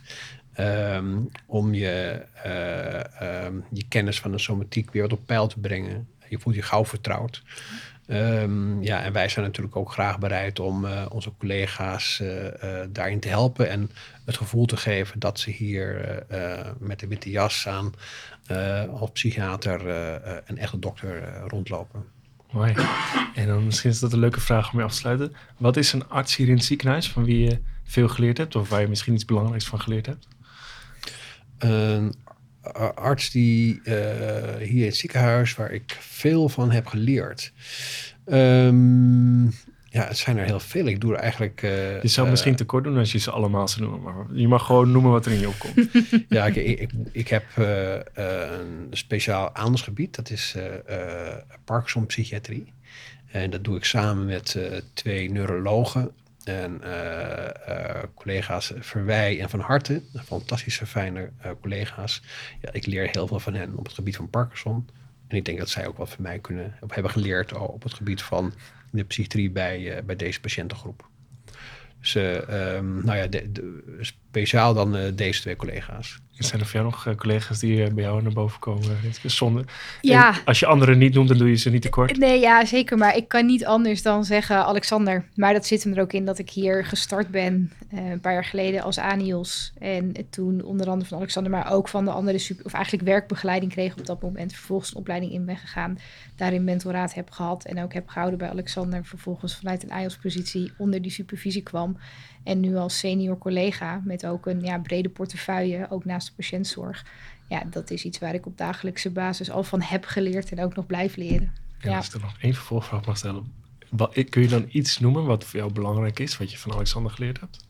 Um, om je, uh, um, je kennis van de somatiek weer wat op peil te brengen. Je voelt je gauw vertrouwd. Um, ja, en wij zijn natuurlijk ook graag bereid om uh, onze collega's uh, uh, daarin te helpen. En het gevoel te geven dat ze hier uh, uh, met de witte jas aan uh, als psychiater uh, uh, een echte dokter uh, rondlopen. Mooi. En dan misschien is dat een leuke vraag om mee af te sluiten. Wat is een arts hier in het ziekenhuis van wie je veel geleerd hebt? Of waar je misschien iets belangrijks van geleerd hebt? Een arts die uh, hier in het ziekenhuis waar ik veel van heb geleerd. Um, ja, het zijn er heel veel. Ik doe er eigenlijk... Uh, je zou uh, misschien tekort doen als je ze allemaal zou noemen. Maar je mag gewoon noemen wat er in je opkomt. ja, ik, ik, ik heb uh, uh, een speciaal aandachtsgebied. Dat is uh, uh, Parkinson-psychiatrie. En dat doe ik samen met uh, twee neurologen. En uh, uh, collega's Verwij en Van Harten, fantastische fijne uh, collega's. Ja, ik leer heel veel van hen op het gebied van Parkinson. En ik denk dat zij ook wat van mij kunnen hebben geleerd op het gebied van de psychiatrie bij, uh, bij deze patiëntengroep. Dus uh, um, nou ja, de, de, speciaal dan uh, deze twee collega's. Zijn er voor jou nog uh, collega's die uh, bij jou naar boven komen? Zonde. Ja. En als je anderen niet noemt, dan doe je ze niet tekort. Nee, ja, zeker. Maar ik kan niet anders dan zeggen Alexander. Maar dat zit hem er ook in dat ik hier gestart ben uh, een paar jaar geleden als A N I O S. En toen onder andere van Alexander, maar ook van de andere super, of eigenlijk werkbegeleiding kreeg op dat moment. Vervolgens een opleiding in ben gegaan. Daarin mentoraat heb gehad en ook heb gehouden bij Alexander. Vervolgens vanuit een A I O S-positie onder die supervisie kwam. En nu als senior collega met ook een ja, brede portefeuille, ook naast de patiëntzorg. Ja, dat is iets waar ik op dagelijkse basis al van heb geleerd en ook nog blijf leren. En ja. als ik er nog één vervolgvraag mag stellen. Wat, kun je dan iets noemen wat voor jou belangrijk is, wat je van Alexander geleerd hebt?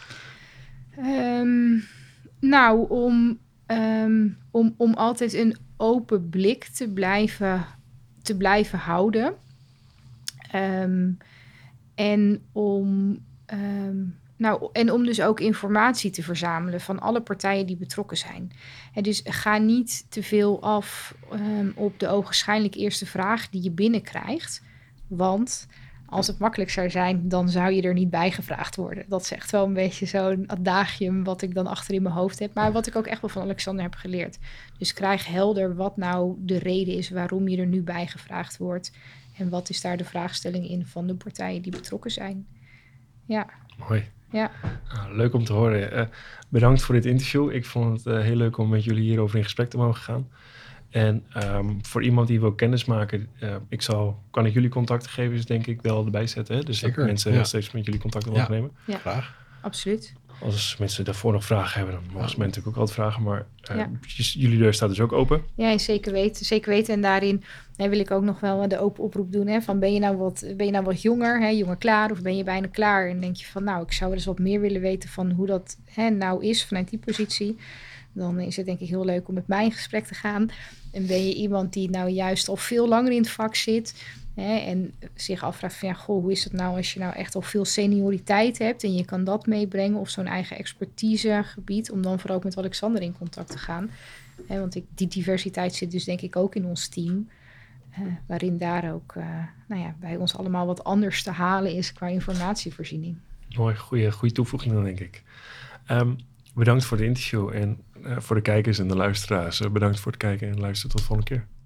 Um, nou, om, um, om, om altijd een open blik te blijven, te blijven houden. Um, en om... Um, Nou, en om dus ook informatie te verzamelen van alle partijen die betrokken zijn. En dus ga niet te veel af um, op de ogenschijnlijk eerste vraag die je binnenkrijgt. Want als het makkelijk zou zijn, dan zou je er niet bij gevraagd worden. Dat is echt wel een beetje zo'n adagium wat ik dan achter in mijn hoofd heb. Maar wat ik ook echt wel van Alexander heb geleerd. Dus krijg helder wat nou de reden is waarom je er nu bij gevraagd wordt. En wat is daar de vraagstelling in van de partijen die betrokken zijn. Ja. Mooi. Ja. Ah, leuk om te horen. Uh, bedankt voor dit interview. Ik vond het uh, heel leuk om met jullie hierover in gesprek te mogen gaan. En um, voor iemand die wil kennismaken, uh, ik zal, kan ik jullie contactgegevens denk ik wel erbij zetten. Hè? Dus Zeker, dat mensen ja. steeds met jullie contact willen Ja. nemen. Ja, Graag. absoluut. Als mensen daarvoor nog vragen hebben, dan mogen ze mij natuurlijk ook altijd vragen. Maar uh, Ja. j- jullie deur staat dus ook open. Ja, en zeker weten. Zeker weten. En daarin hè, wil ik ook nog wel de open oproep doen. Hè, van ben je nou wat, ben je nou wat jonger, hè, jonger klaar, of ben je bijna klaar? En denk je van, nou, ik zou wel eens wat meer willen weten van hoe dat hè, nou is vanuit die positie. Dan is het denk ik heel leuk om met mij in gesprek te gaan. En ben je iemand die nou juist al veel langer in het vak zit, hè, en zich afvraagt van, ja, goh, hoe is het nou als je nou echt al veel senioriteit hebt en je kan dat meebrengen of zo'n eigen expertisegebied, om dan vooral ook met Alexander in contact te gaan. Hè, want ik, die diversiteit zit dus denk ik ook in ons team. Uh, waarin daar ook uh, nou ja, bij ons allemaal wat anders te halen is qua informatievoorziening. Mooi, goede, goede toevoeging dan denk ik. Um, bedankt voor het interview en uh, voor de kijkers en de luisteraars. Uh, bedankt voor het kijken en luisteren tot de volgende keer.